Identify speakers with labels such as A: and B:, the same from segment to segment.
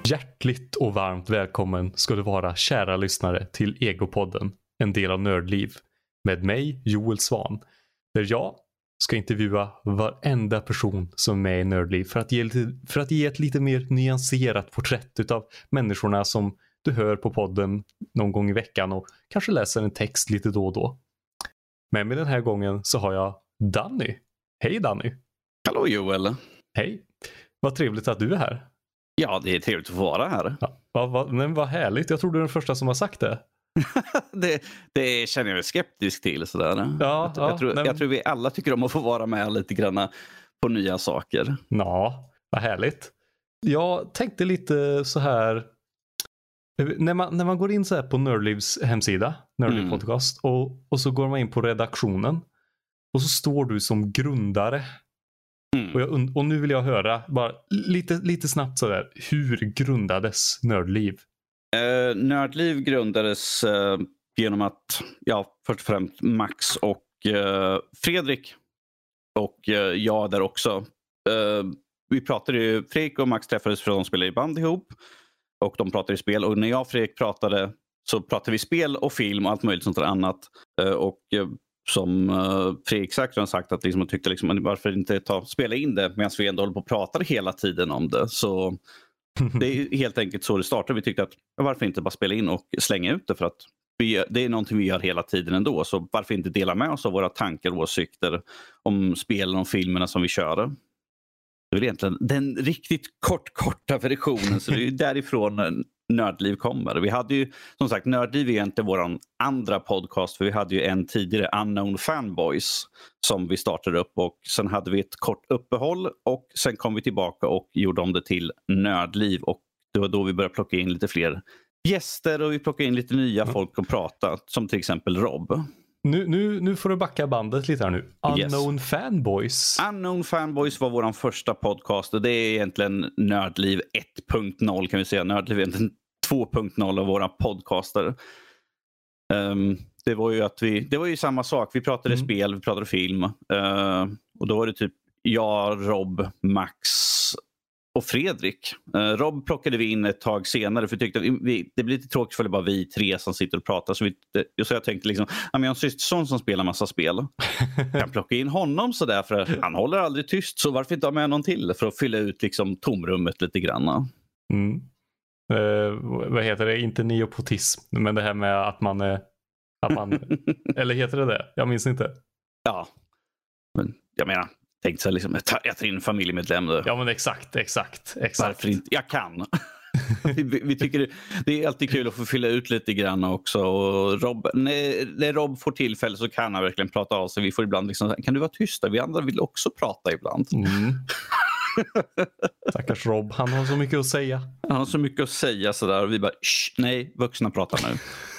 A: Hjärtligt och varmt välkommen ska du vara, kära lyssnare, till Egopodden, en del av Nördliv, med mig Joel Svan, där jag ska intervjua varenda person som är med i Nördliv för att ge ett lite mer nyanserat porträtt utav människorna som du hör på podden någon gång i veckan och kanske läser en text lite då och då. Men med den här gången så har jag Danny. Hej Danny.
B: Hallå Joel.
A: Hej. Vad trevligt att du är här.
B: Ja, det är trevligt att få vara här.
A: Ja, men vad härligt. Jag tror du är den första som har sagt det.
B: det känner jag mig skeptisk till. Sådär. Jag tror vi alla tycker om att få vara med lite grann på nya saker.
A: Ja, vad härligt. Jag tänkte lite så här. När man går in så här på Nördlivs hemsida, Nördliv podcast, och så går man in på redaktionen och så står du som grundare. Och nu vill jag höra bara lite snabbt så där. Hur grundades Nördliv?
B: Nördliv grundades genom att först och främst Max och Fredrik och jag där också. Vi pratade ju, Fredrik och Max träffades för att de spelade i band ihop och de pratade i spel, och när jag och Fredrik pratade så pratade vi spel och film och allt möjligt sånt där annat, och som Fredrik har sagt att liksom, man tyckte liksom, varför inte spela in det medan vi ändå håller på och pratar hela tiden om det. Så det är helt enkelt så det startade. Vi tyckte att varför inte bara spela in och slänga ut det, för att det är någonting vi gör hela tiden ändå. Så varför inte dela med oss av våra tankar och åsikter om spelen och filmerna som vi kör. Det är väl egentligen den riktigt korta versionen, så det är därifrån Nördliv kommer. Vi hade ju, som sagt, Nördliv är inte vår andra podcast, för vi hade ju en tidigare, Unknown Fanboys, som vi startade upp, och sen hade vi ett kort uppehåll och sen kom vi tillbaka och gjorde om det till Nördliv, och det var då vi började plocka in lite fler gäster och vi plockade in lite nya folk att prata, som till exempel Rob.
A: Nu får du backa bandet lite här nu. Unknown Fanboys.
B: Unknown Fanboys var vår första podcast, och det är egentligen Nördliv 1.0 kan vi säga. Nördliv är egentligen 2.0 av våra podcaster. Det var ju det var ju samma sak. Vi pratade spel, vi pratade film. Och då var det typ jag, Rob, Max och Fredrik. Rob plockade vi in ett tag senare, för vi tyckte att det blir lite tråkigt för det bara vi tre som sitter och pratar. Så jag tänkte liksom, jag har en systerson som spelar massa spel. Jag kan plocka in honom sådär, för han håller aldrig tyst. Så varför inte ha med någon till för att fylla ut liksom tomrummet lite grann.
A: Vad heter det? Inte neopotism, men det här med att man eller heter det? Jag minns inte.
B: Ja, men jag menar, tänkte så här, liksom, jag tar in en familjemedlem.
A: Ja, men exakt.
B: Varför inte? Jag kan. vi tycker det är alltid kul att få fylla ut lite grann också. Och när Rob får tillfälle så kan han verkligen prata av sig. Vi får ibland liksom, kan du vara tysta? Vi andra vill också prata ibland.
A: Stackars Rob, han har så mycket att säga.
B: Han har så mycket att säga sådär, och vi bara, nej, vuxna pratar nu.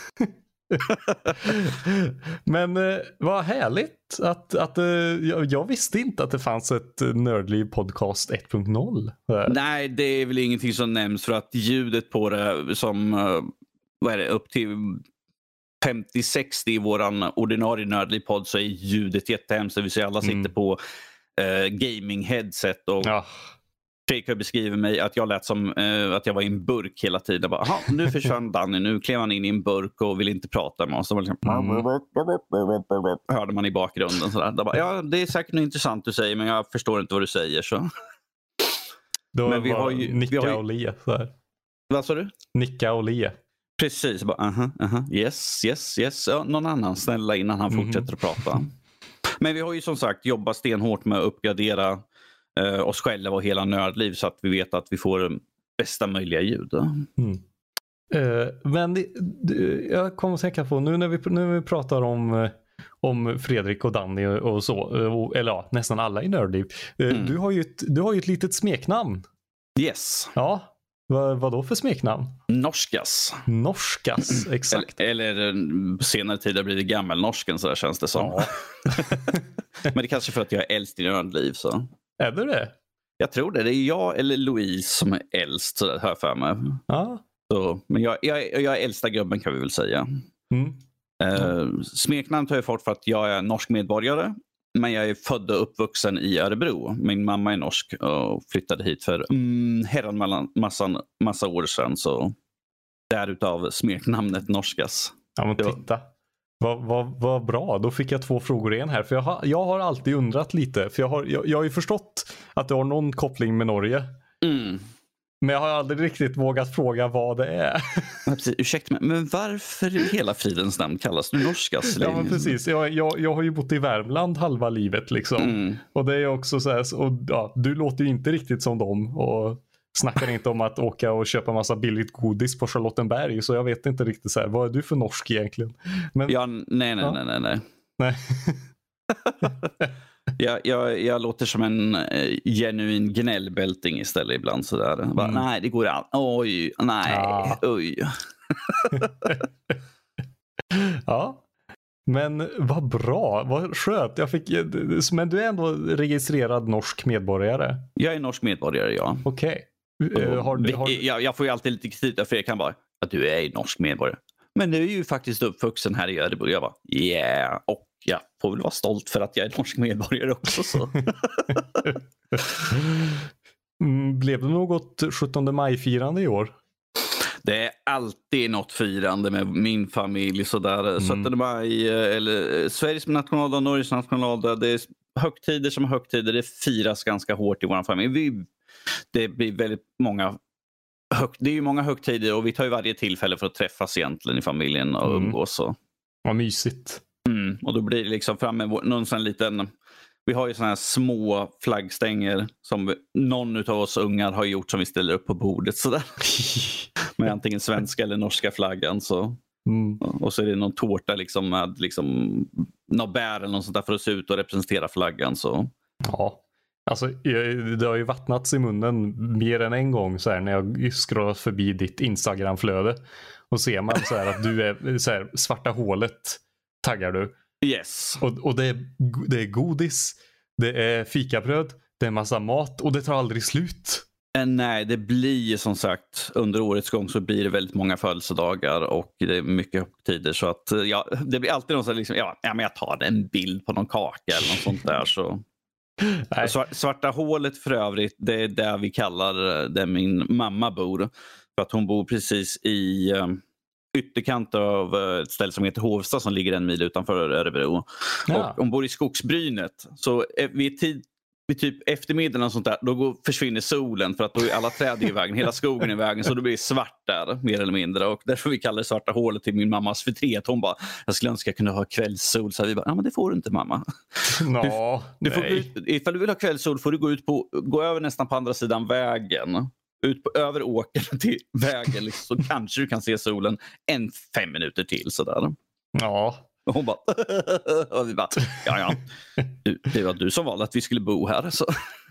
A: Men vad härligt att jag visste inte att det fanns ett Nördliv podcast 1.0.
B: Nej, det är väl ingenting som nämns, för att ljudet på det som vad är det, upp till 50-60 i våran ordinarie Nördliv-podd, så är ljudet jättehemskt. Det vill säga alla sitter på gaming-headset och Fredrik beskriver mig att jag lät som att jag var i en burk hela tiden. Jag bara, nu försvann Danny, nu klev han in i en burk och ville inte prata med oss. Så liksom, hörde man i bakgrunden. Sådär. Bara, det är säkert något intressant du säger, men jag förstår inte vad du säger. Så.
A: Då men vi har ju nicka och le.
B: Vad sa du?
A: Nicka och le.
B: Precis, bara, yes. Ja, någon annan snälla innan han fortsätter att prata. Men vi har ju som sagt jobbat stenhårt med att uppgradera oss själva och hela Nördliv, så att vi vet att vi får bästa möjliga ljud.
A: Men jag kommer att tänka på nu när vi pratar om Fredrik och Danny och så, eller nästan alla i Nördliv. Du har ju ett litet smeknamn.
B: Yes.
A: Ja. Vad då för smeknamn? Norskas, exakt.
B: Eller senare tid blir det gammelnorsken, så där känns det som. Ja. Men det är kanske för att jag är äldst i Nördliv, så.
A: Är det?
B: Jag tror det. Det är jag eller Louise som är äldst, så där hör för mig.
A: Ja.
B: Så, men jag är äldsta gubben, kan vi väl säga. Smeknamn tar jag fått för att jag är norsk medborgare. Men jag är född och uppvuxen i Örebro. Min mamma är norsk och flyttade hit för massa år sedan. Så därutav smeknamnet Norskas.
A: Ja, men titta. Vad bra, då fick jag 2 frågor igen här. För jag har alltid undrat lite. För jag har ju förstått att du har någon koppling med Norge.
B: Mm.
A: Men jag har aldrig riktigt vågat fråga vad det är.
B: Ursäkta mig, men varför i hela fridens namn kallas du Norskas?
A: Ja, men precis. Jag har ju bott i Värmland halva livet liksom. Och det är också så här, och ja, du låter ju inte riktigt som dem. Och snackar inte om att åka och köpa massa billigt godis på Charlottenberg. Så jag vet inte riktigt så här, vad är du för norsk egentligen? Men,
B: ja, nej.
A: Nej.
B: Jag låter som en genuin gnällbälting istället ibland sådär. Nej, det går an. Oj, nej, oj.
A: Ja. Men vad bra, vad skönt. Men du är ändå registrerad norsk medborgare?
B: Jag är norsk medborgare, ja.
A: Okej.
B: Jag får ju alltid lite kritik för jag kan bara att du är norsk medborgare. Men du är ju faktiskt uppvuxen här i Örebro. Jag bara, och jag får väl vara stolt för att jag är norsk medborgare också. Så.
A: Blev det något 17 maj-firande i år?
B: Det är alltid något firande med min familj. Sådär. 17 maj, eller Sveriges nationaldag, Norges nationaldag. Det är högtider som högtider. Det firas ganska hårt i vår familj. Det blir väldigt många det är ju många högtider och vi tar ju varje tillfälle för att träffas egentligen i familjen och umgås.
A: Vad mysigt.
B: Och då blir det liksom fram med någon sån liten... Vi har ju såna här små flaggstänger som någon av oss ungar har gjort som vi ställer upp på bordet sådär. Med antingen svenska eller norska flaggan. Så. Och så är det någon tårta liksom med liksom, någon bär eller något sånt där för att se ut och representera flaggan. Så.
A: Ja. Alltså, det har ju vattnats i munnen mer än en gång så här, när jag scrollat förbi ditt Instagram-flöde. Och ser man så här att du är så här, svarta hålet taggar du.
B: Yes.
A: Och det är godis, det är fikabröd, det är massa mat och det tar aldrig slut.
B: Nej, det blir som sagt under årets gång så blir det väldigt många födelsedagar och det är mycket högtider så att det blir alltid någon sån liksom, men jag tar en bild på någon kaka eller något sånt där så. Svarta hålet för övrigt, det är där vi kallar där min mamma bor. För att hon bor precis i ytterkant av ett ställe som heter Hovsta som ligger 1 mil utanför Örebro. Ja. Och hon bor i Skogsbrynet. Så vid typ eftermiddagen och sånt där, då försvinner solen för att då är alla träd i vägen, hela skogen i vägen, så då blir det svart där mer eller mindre och därför vi kallar det svarta hålet till min mammas förtret. Hon bara, jag skulle önska jag kunde ha kvällssol, så vi bara, men det får du inte mamma. Du får ifall du vill ha kvällssol får du gå över nästan på andra sidan vägen. Över åkern till vägen liksom, så kanske du kan se solen 5 minuter till sådär. Ja. Och hon bara, och vi bara, det var du som valde att vi skulle bo här. Så.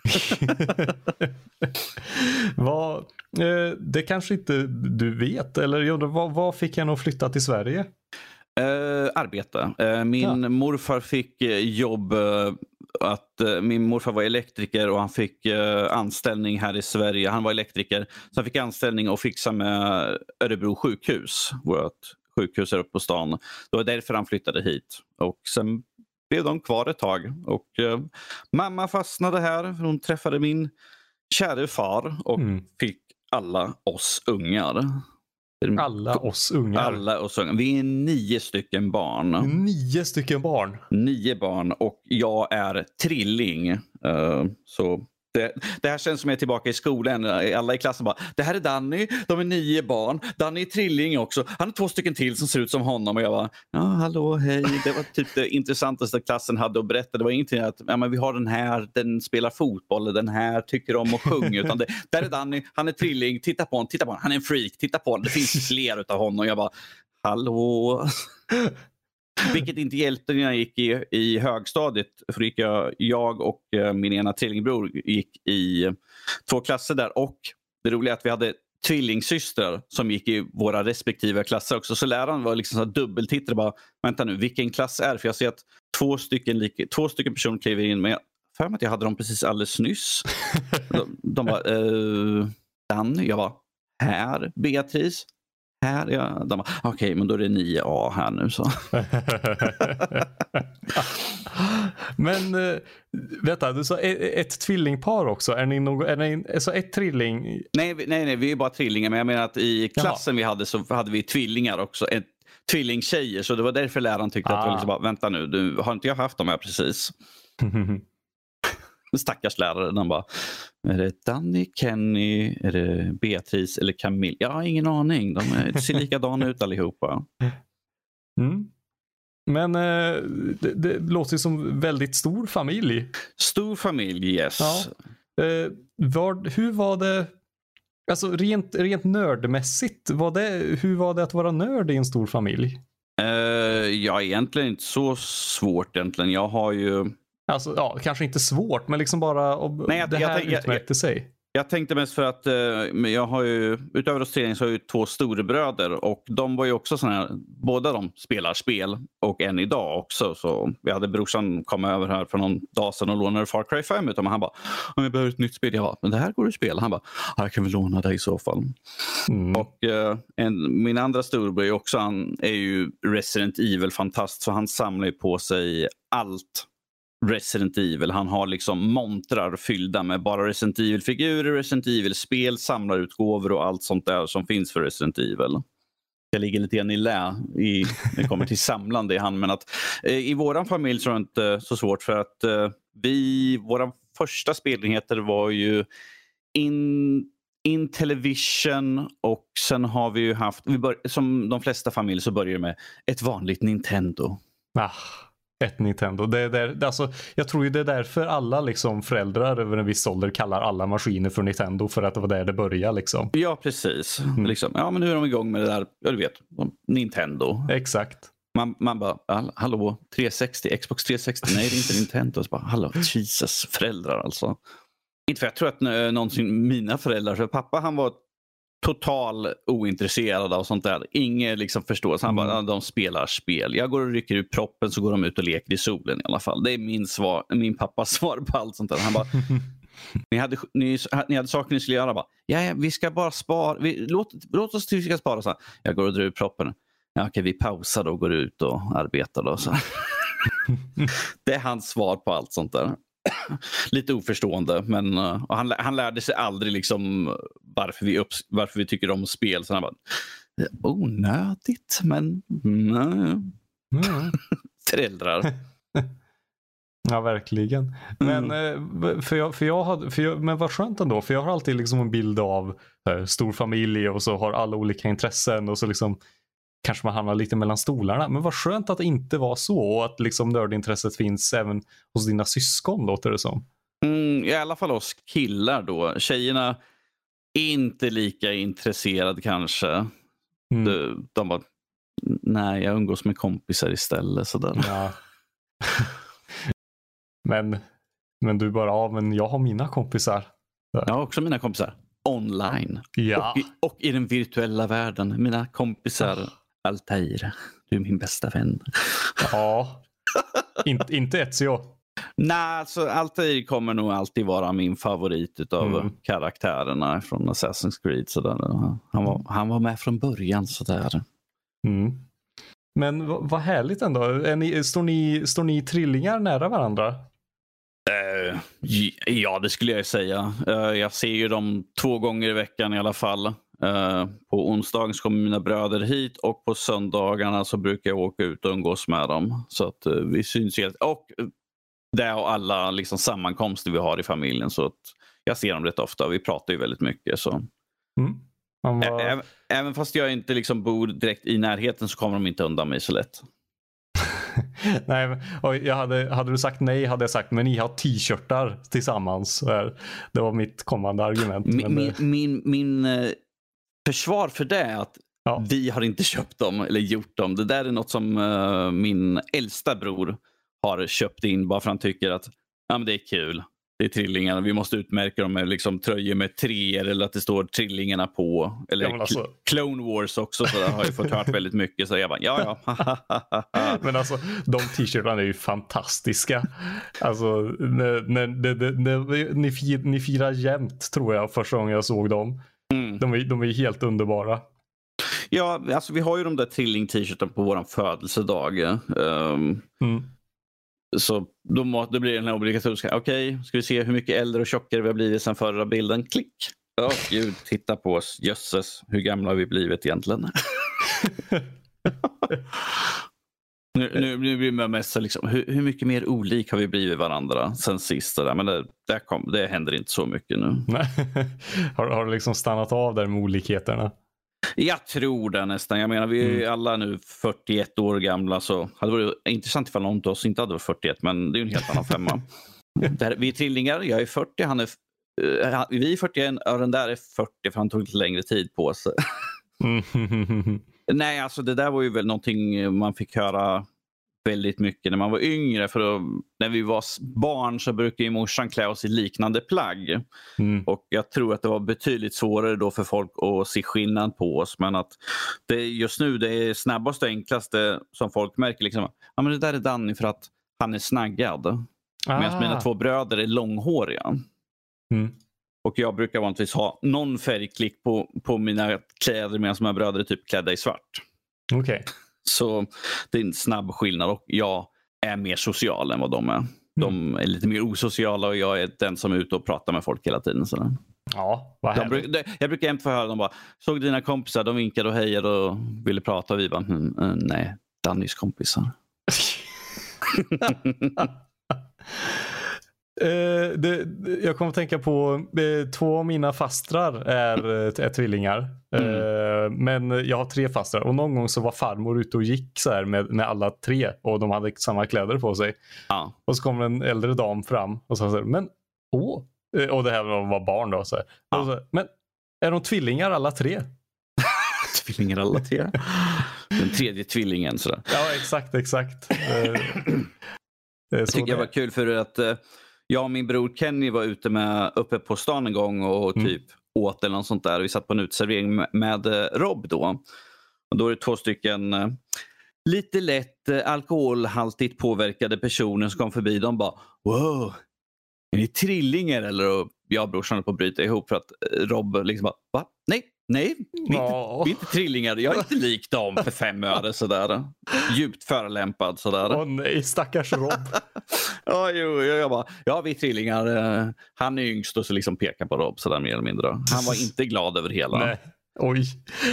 A: Det kanske inte du vet, eller vad fick han att flytta till Sverige?
B: Arbete. Min morfar fick jobb min morfar var elektriker och han fick anställning här i Sverige. Han var elektriker så han fick anställning och fixa med Örebro sjukhus, vårt sjukhus här uppe på stan. Det var därför han flyttade hit. Och sen blev de kvar ett tag. Och mamma fastnade här. Hon träffade min kära far och fick alla oss ungar.
A: Alla oss ungar?
B: Vi är 9 stycken barn.
A: 9 stycken barn?
B: 9 barn och jag är trilling. Så... Det här känns som jag är tillbaka i skolan. Alla i klassen bara, det här är Danny, de är 9 barn. Danny är trilling också. Han har 2 stycken till som ser ut som honom. Och jag bara, hallå, hej. Det var typ det intressantaste klassen hade att berätta. Det var ingenting att men vi har den här, den spelar fotboll, den här tycker om att sjunga. Utan där är Danny, han är trilling, titta på honom. Han är en freak, titta på honom. Det finns fler utav honom. Och jag bara, hallå. Vilket inte hjälpte när jag gick i högstadiet. För jag och min ena tvillingbror gick i 2 klasser där. Och det roliga är att vi hade tvillingsystrar som gick i våra respektive klasser också. Så läraren var liksom så dubbeltittare. Bara, vänta nu, vilken klass är det? För jag ser att 2 stycken personer kliver in. Men jag för mig att jag hade dem precis alldeles nyss. De bara, Danny, jag var här, Beatrice. här? Ja, de bara, okej, men då är det 9A här nu så.
A: Men vänta, du sa ett tvillingpar också. Är ni alltså ett trilling?
B: Nej, vi är bara trillingar. Men jag menar att i klassen vi hade så hade vi tvillingar också. Tvillingtjejer. Så det var därför läraren tyckte att det var liksom bara, vänta nu, du har inte jag haft dem här precis? Stackars lärare, den bara, är det Danny, Kenny, är det Beatrice eller Camille? Jag har ingen aning, de ser likadana ut allihopa.
A: Mm. Men det låter ju som väldigt stor familj.
B: Stor familj, yes. Ja.
A: Hur var det, alltså rent nördmässigt, hur var det att vara nörd i en stor familj?
B: Ja, egentligen inte så svårt egentligen. Jag har ju...
A: Alltså, ja, kanske inte svårt, men liksom bara det här utmärkte sig.
B: Jag tänkte mest för att jag har ju, utöver rostering så har jag ju 2 storebröder och de var ju också sådana här, båda de spelar spel och än idag också. Så vi hade brorsan komma över här för någon dag sedan och lånade Far Cry 5 utan han bara, om jag behöver ett nytt spel, jag bara, men det här går att spela. Han bara, jag kan väl låna det i så fall. Och min andra storebror är också, han är ju Resident Evil-fantast så han samlar ju på sig allt Resident Evil. Han har liksom montrar fyllda med bara Resident Evil-figurer, Resident Evil-spel, samlarutgåvor och allt sånt där som finns för Resident Evil. Jag ligger lite grann i när det kommer till samlande i hand. Men att i våran familj så är det inte så svårt för att våra första spelenheter var ju Intellivision och sen har vi ju haft, som de flesta familjer så börjar det med ett vanligt Nintendo.
A: Ett Nintendo. Alltså, jag tror ju det är därför alla liksom föräldrar över en viss ålder kallar alla maskiner för Nintendo, för att det var där det började liksom.
B: Ja, precis. Liksom, ja, men nu är de igång med det där, ja, du vet, Nintendo.
A: Exakt.
B: Man bara, hallå, 360, Xbox 360, nej det är inte Nintendo. Så bara, hallå, Jesus, föräldrar alltså. Inte för jag tror att någonsin mina föräldrar, för pappa han var total ointresserad av sånt där. Ingen liksom förstår. Så han bara, de spelar spel. Jag går och rycker ut proppen så går de ut och leker i solen i alla fall. Det är min pappas svar på allt sånt där. Han bara, ni hade saker ni skulle göra. Bara, ja, vi ska bara spara. Låt oss till vi ska spara. Så jag går och drar ut proppen. Ja, okej, vi pausar då och går ut och arbetar då. Så. Det är hans svar på allt sånt där. Lite oförstående, men han lärde sig aldrig liksom varför vi tycker om spel. Så han bara, onödigt, men föräldrar.
A: Ja, verkligen. Men men vad skönt ändå, för jag har alltid liksom en bild av stor familj och så har alla olika intressen och så liksom kanske man hamnar lite mellan stolarna. Men vad skönt att det inte var så och att liksom nördintresset finns även hos dina syskon, låter det som.
B: I alla fall oss killar då. Tjejerna inte lika intresserade kanske. De bara, nej, jag umgås med kompisar istället. Sådär. Ja. men du bara, men jag har mina kompisar. Jag har också mina kompisar. Online.
A: Ja.
B: Och i den virtuella världen. Mina kompisar. Altair, du är min bästa vän.
A: Ja. Inte Ezio.
B: Nej, alltså Altair kommer nog alltid vara min favorit utav karaktärerna från Assassin's Creed. Sådär. Han var med från början sådär.
A: Men vad härligt ändå. Står ni trillingar nära varandra?
B: Ja, det skulle jag säga. Jag ser ju dem 2 gånger i veckan i alla fall. På onsdagen kommer mina bröder hit och på söndagarna så brukar jag åka ut och umgås med dem. Så att vi syns helt. Och det är alla liksom sammankomster vi har i familjen. Så att jag ser dem rätt ofta. Vi pratar ju väldigt mycket. Så. Även fast jag inte liksom bor direkt i närheten så kommer de inte undan mig så lätt.
A: Nej, och hade du sagt nej hade jag sagt, men ni har t-shirtar tillsammans. Det var mitt kommande argument.
B: Min försvar för det är att vi har inte köpt dem eller gjort dem. Det där är något som min äldsta bror har köpt in bara för han tycker att men det är kul. Det är trillingarna. Vi måste utmärka dem med liksom tröjor med 3 eller att det står trillingarna på. Eller alltså, Clone Wars också. Så där har jag fått hört väldigt mycket. Så jag bara, ja.
A: Men alltså, de t-shirtarna är ju fantastiska. Alltså, ni firar jämt, tror jag, första gången jag såg dem. De är helt underbara.
B: Ja, alltså vi har ju de där trilling-t-shirten på våran födelsedag. Så då blir det den här obligatoriska. Okej, ska vi se hur mycket äldre och tjockare vi har blivit sedan förra bilden. Klick! Åh gud, titta på oss. Jösses, hur gamla har vi blivit egentligen? Nu blir man mest liksom, hur mycket mer olik har vi blivit varandra sen sist? Där? Men det händer inte så mycket nu.
A: Har du liksom stannat av där med olikheterna? Jag
B: tror det nästan. Jag menar, vi är ju alla nu 41 år gamla, så hade det varit intressant ifall någon av oss inte hade varit 41, men det är ju en helt annan femma. Vi är trillingar, jag är 40, vi är 41 och den där är 40 för han tog lite längre tid på sig. Nej, alltså det där var ju väl någonting man fick höra väldigt mycket när man var yngre. För när vi var barn så brukade ju morsan klä oss i liknande plagg. Och jag tror att det var betydligt svårare då för folk att se skillnad på oss. Men att just nu det är snabbaste och enklaste som folk märker liksom, ja men det där är Danny för att han är snaggad. Medan mina två bröder är långhåriga. Och jag brukar vanligtvis ha någon färgklick på mina kläder medan mina bröder är typ klädda i svart.
A: Okej.
B: Så det är en snabb skillnad och jag är mer social än vad de är. De är lite mer osociala och jag är den som är ute och pratar med folk hela tiden. Så.
A: Ja, vad härligt.
B: Jag brukar jämt få höra dem bara, såg dina kompisar, de vinkade och hejade och ville prata och vi bara, nej, Dannys kompisar.
A: Jag kommer att tänka på två av mina fastrar är tvillingar. Men jag har 3 fastrar och någon gång så var farmor ute och gick så här med alla 3 och de hade samma kläder på sig. Och så kom en äldre dam fram och sa så här, men och det här var barn då så här. Och så, men är de tvillingar alla 3?
B: Tvillingar alla 3? Den tredje tvillingen så där.
A: Ja, exakt.
B: Jag tycker det var kul för att jag och min bror Kenny var uppe på stan en gång och typ åt eller något sånt där. Vi satt på en uteservering med Rob då. Och då är det 2 stycken lite lätt alkoholhaltigt påverkade personer som kom förbi. De bara, wow, är ni trillingar? Eller och jag och brorsan höll på att bryta ihop för att Rob liksom bara, va? Nej, vi är inte trillingar. Jag är inte lik dem för 5 öre sådär. Djupt förelämpad sådär.
A: Nej, stackars Rob.
B: Jag bara, ja vi är trillingar. Han är yngst och så liksom pekar på Rob sådär mer eller mindre. Han var inte glad över hela.
A: Nej. Oj.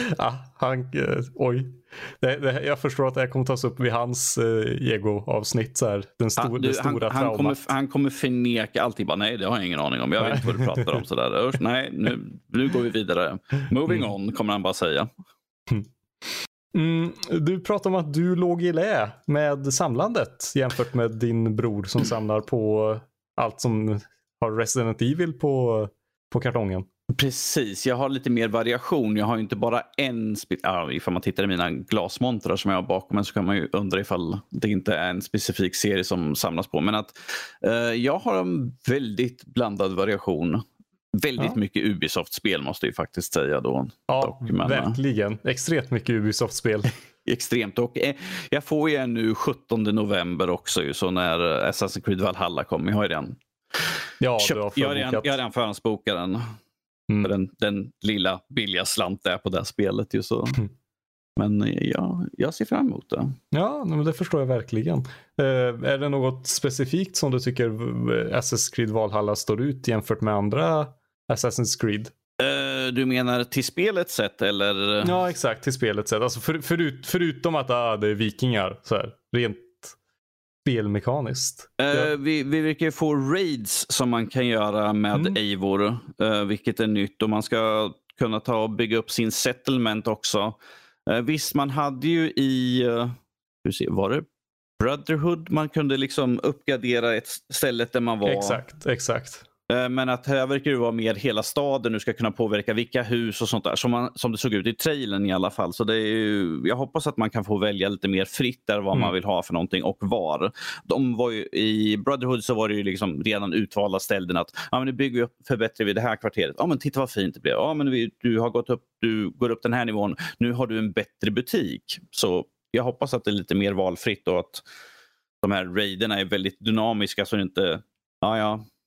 A: Oj. Jag förstår att det här kommer tas upp vid hans ego-avsnitt så här. Det stora traumat.
B: Han kommer förneka alltid. Bara, nej, det har jag ingen aning om. Jag vet inte vad du pratar om sådär. Nej, nu går vi vidare. Moving on, kommer han bara säga.
A: Du pratar om att du låg i lä med samlandet jämfört med din bror som samlar på allt som har Resident Evil på kartongen.
B: Precis, jag har lite mer variation. Jag har ju inte bara en ifall man tittar i mina glasmontrar som jag har bakom men så kan man ju undra ifall det inte är en specifik serie som samlas på. Men att jag har en väldigt blandad variation. Väldigt mycket Ubisoft-spel måste jag ju faktiskt säga då.
A: Ja, verkligen. Extremt mycket Ubisoft-spel.
B: Extremt. Och jag får ju nu 17 november också ju, så när Assassin's Creed Valhalla kommer. Jag har ju redan jag har redan förhandsbokat den. Den lilla billiga slant där på det spelet ju så. Men jag ser fram emot det.
A: Ja, men det förstår jag verkligen. Är det något specifikt som du tycker Assassin's Creed Valhalla står ut jämfört med andra Assassin's Creed?
B: Du menar till spelets sätt eller?
A: Ja, exakt, till spelets sätt. Alltså förutom att det är vikingar så här, rent spelmekaniskt.
B: Vi verkar få raids som man kan göra med Eivor, vilket är nytt och man ska kunna ta och bygga upp sin settlement också. Visst, man hade ju var det Brotherhood man kunde liksom uppgradera ett ställe där man var.
A: Exakt.
B: Men att här verkar det vara mer hela staden. Du ska kunna påverka vilka hus och sånt där. Som det såg ut i trailern i alla fall. Så det är ju, jag hoppas att man kan få välja lite mer fritt där vad man vill ha för någonting och var. De var ju, i Brotherhood så var det ju liksom redan utvalda ställen att men nu bygger vi upp, förbättrar vi det här kvarteret. Men titta vad fint det blev. Men du går upp den här nivån. Nu har du en bättre butik. Så jag hoppas att det är lite mer valfritt och att de här raiderna är väldigt dynamiska så det inte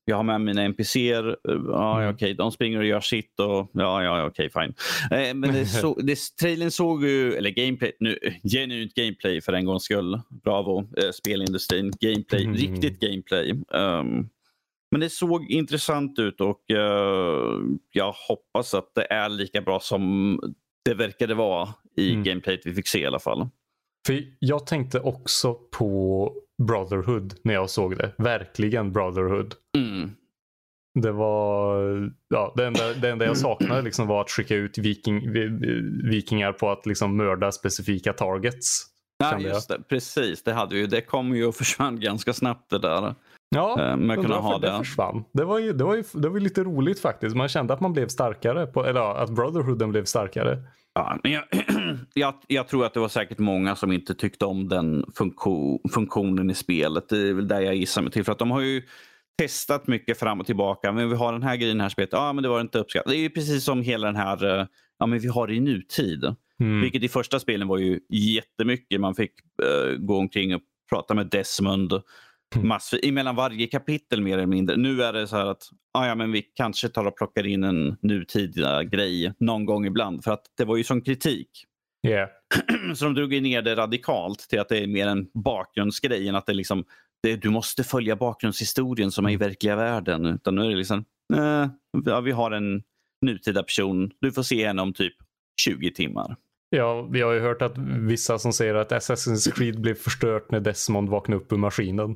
B: Jag har med mina NPCer. Okej, de springer och gör sitt. Och, okej, fine. Men trailern såg ju, eller gameplay, nu, genuint gameplay för en gångs skull. Bravo, spelindustrin. Gameplay, riktigt gameplay. Men det såg intressant ut och jag hoppas att det är lika bra som det verkade vara i gameplayet vi fick se i alla fall.
A: För jag tänkte också på Brotherhood när jag såg det. Verkligen Brotherhood. Det var det enda jag saknade liksom var att skicka ut vikingar på att liksom mörda specifika targets.
B: Ja, just det. Precis. Det kom ju och försvann ganska snabbt det där.
A: Ja,
B: men kunna ha
A: det försvann. Det var lite roligt faktiskt. Man kände att man blev starkare att Brotherhooden blev starkare.
B: Ja, men jag tror att det var säkert många som inte tyckte om den funktionen i spelet. Det är väl där jag gissar mig till. För att de har ju testat mycket fram och tillbaka. Men vi har den här grejen här spelet. Ja, men det var inte uppskattat. Det är ju precis som hela den här... Ja, men vi har det i nutid. Vilket i första spelen var ju jättemycket. Man fick gå omkring och prata med Desmond. Mellan varje kapitel mer eller mindre. Nu är det så här att men vi kanske tar och plockar in en nutida grej någon gång ibland. För att det var ju sån kritik.
A: Yeah.
B: Så de drog ner det radikalt till att det är mer en bakgrundsgrej än att det liksom du måste följa bakgrundshistorien som är i verkliga världen. Utan nu är det liksom vi har en nutida person. Du får se henne om typ 20 timmar.
A: Ja, vi har ju hört att vissa som säger att Assassin's Creed blev förstört när Desmond vaknade upp ur maskinen.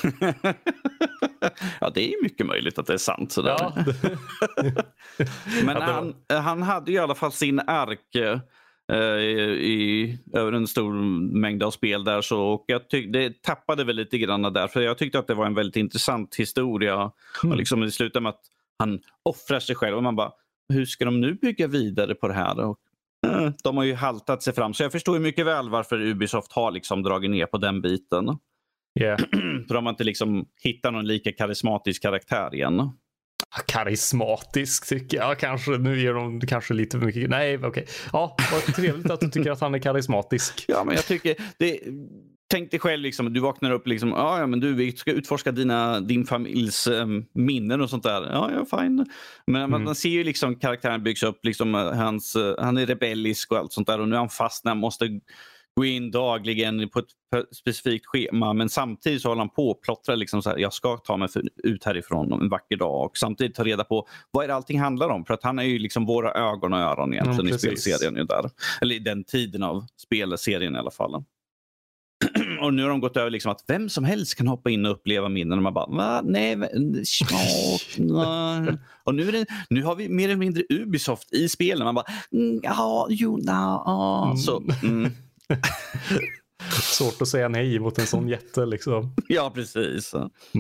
B: Ja, det är ju mycket möjligt att det är sant. Sådär.
A: Ja.
B: Men han hade ju i alla fall sin ark över en stor mängd av spel där. Så, och det tappade väl lite grann där. För jag tyckte att det var en väldigt intressant historia. Och liksom det slutade med att han offrar sig själv. Och man bara, hur ska de nu bygga vidare på det här? Och de har ju haltat sig fram. Så jag förstår ju mycket väl varför Ubisoft har liksom dragit ner på den biten.
A: Yeah.
B: För de har inte liksom hittat någon lika karismatisk karaktär igen.
A: Karismatisk tycker jag kanske. Nu ger de kanske lite för mycket. Nej, okej. Ja, vad trevligt att du tycker att han är karismatisk.
B: Ja, men jag tycker tänk dig själv liksom, du vaknar upp liksom, men vi ska utforska din familjs minnen och sånt där. Ja, fine. Men man ser ju liksom karaktären byggs upp liksom han är rebellisk och allt sånt där och nu är han fast när han måste gå in dagligen på ett specifikt schema, men samtidigt så håller han på och plottrar liksom så här, jag ska ta mig ut härifrån en vacker dag och samtidigt ta reda på vad är det allting handlar om, för att han är ju liksom våra ögon och öron egentligen i spelserien ju där, eller i den tiden av spelserien i alla fall. Och nu har de gått över liksom att vem som helst kan hoppa in och uppleva minnen och man bara, va? Nej, och nu har vi mer eller mindre Ubisoft i spelen, man bara, så
A: svårt att säga nej mot en sån jätte liksom.
B: Ja, precis.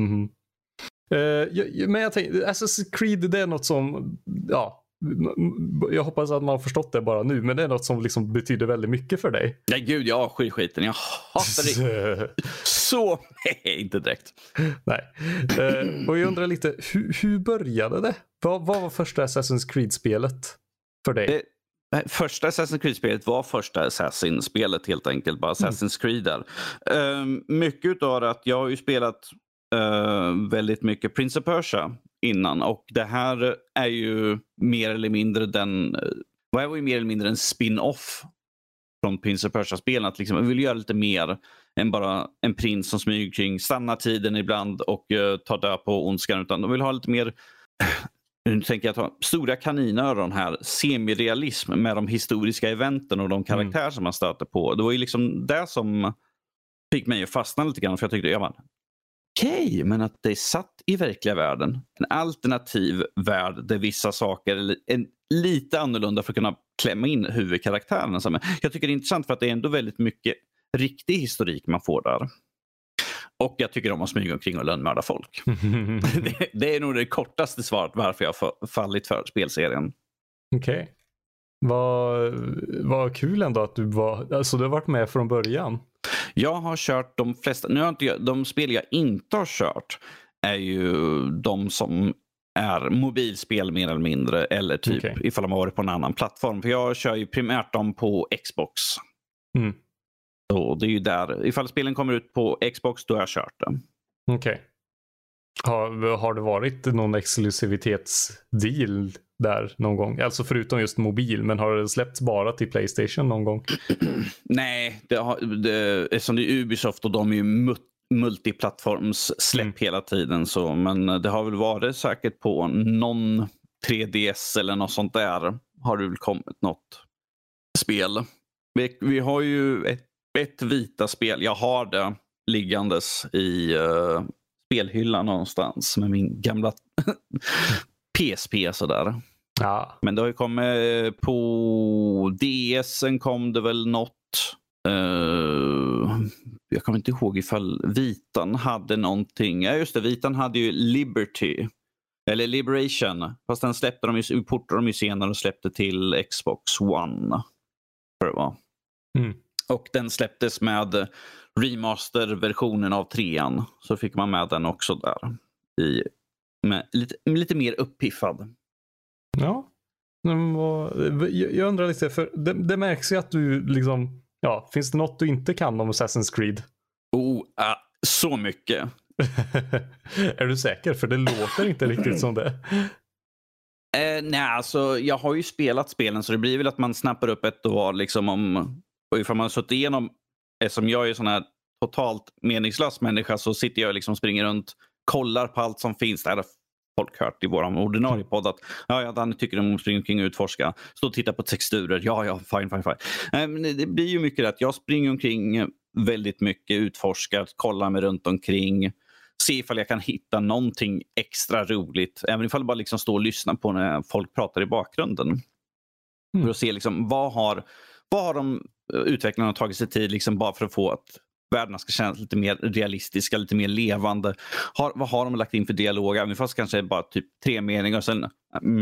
A: Men jag tänkte, Assassin's Creed, det är något som jag hoppas att man har förstått det bara nu, men det är något som liksom betyder väldigt mycket för dig.
B: Nej, gud, jag avskyr skiten. Jag hatar det. Så, nej, inte direkt.
A: Nej. Och jag undrar lite, hur började det? Vad var första Assassin's Creed-spelet för dig?
B: Första Assassin's Creed-spelet var första Assassin-spelet helt enkelt. Bara Assassin's Creed där. Mycket av det att jag har ju spelat väldigt mycket Prince of Persia innan. Och det här är ju mer eller mindre var ju mer eller mindre en spin-off från Prince of Persia-spelen. Att liksom, jag vill göra lite mer än bara en prins som smyger kring, stannar tiden ibland och tar död på ondskan. Utan de vill ha lite mer... Nu tänker jag ta stora kaninöron här. Semirealism med de historiska eventen och de karaktärer som man stöter på. Det var ju liksom det som fick mig att fastna lite grann. För jag tyckte, okej, men att det är satt i verkliga världen. En alternativ värld där vissa saker är lite annorlunda för att kunna klämma in huvudkaraktärerna. Jag tycker det är intressant för att det är ändå väldigt mycket riktig historik man får där. Och jag tycker om att smyga omkring och lönnmörda folk. det är nog det kortaste svaret varför jag har fallit för spelserien.
A: Okej. Vad kul ändå att du har varit med från början.
B: Jag har kört de flesta. Nu har inte de spel jag inte har kört är ju de som är mobilspel mer eller mindre. Eller typ ifall de har varit på en annan plattform. För jag kör ju primärt dem på Xbox. Så det är ju där. Ifall spelen kommer ut på Xbox, då har jag kört dem.
A: Okej. Har det varit någon exklusivitetsdeal där någon gång? Alltså förutom just mobil, men har det släppts bara till PlayStation någon gång?
B: Nej, eftersom det är Ubisoft och de är ju multiplattformssläpp hela tiden. Så, men det har väl varit säkert på någon 3DS eller något sånt där. Har det väl kommit något spel. Vi har ju ett vita spel. Jag har det liggandes i spelhyllan någonstans med min gamla PSP sådär.
A: Ja.
B: Men det har ju kommit på DSen kom det väl något. Jag kommer inte ihåg ifall Vitan hade någonting. Ja just det, Vitan hade ju Liberty. Eller Liberation. Fast den portade de ju senare och släppte till Xbox One. För det var. Och den släpptes med remaster-versionen av 3:an. Så fick man med den också där. Med lite mer uppiffad.
A: Ja. Jag undrar lite, för det märks ju att du liksom, finns det något du inte kan om Assassin's Creed?
B: Så mycket.
A: Är du säker? För det låter inte riktigt som det.
B: Nej, alltså jag har ju spelat spelen så det blir väl att man snappar upp ett och var liksom och ifall man har suttit igenom, som jag är sån här totalt meningslös människa så sitter jag och liksom springer runt, kollar på allt som finns där. Folk hört i vår ordinarie podd att Danny tycker om att springa omkring och utforska. Stå och titta på texturer. Ja, fine. Men det blir ju mycket att jag springer omkring väldigt mycket, utforskar, kollar mig runt omkring. Se ifall jag kan hitta någonting extra roligt. Även ifall jag bara liksom står och lyssnar på när folk pratar i bakgrunden. För att se liksom, vad har de utvecklarna tagit sig tid liksom bara för att få att världarna ska kännas lite mer realistiska, lite mer levande. Vad har de lagt in för dialog? Även fast kanske bara typ 3 meningar och sen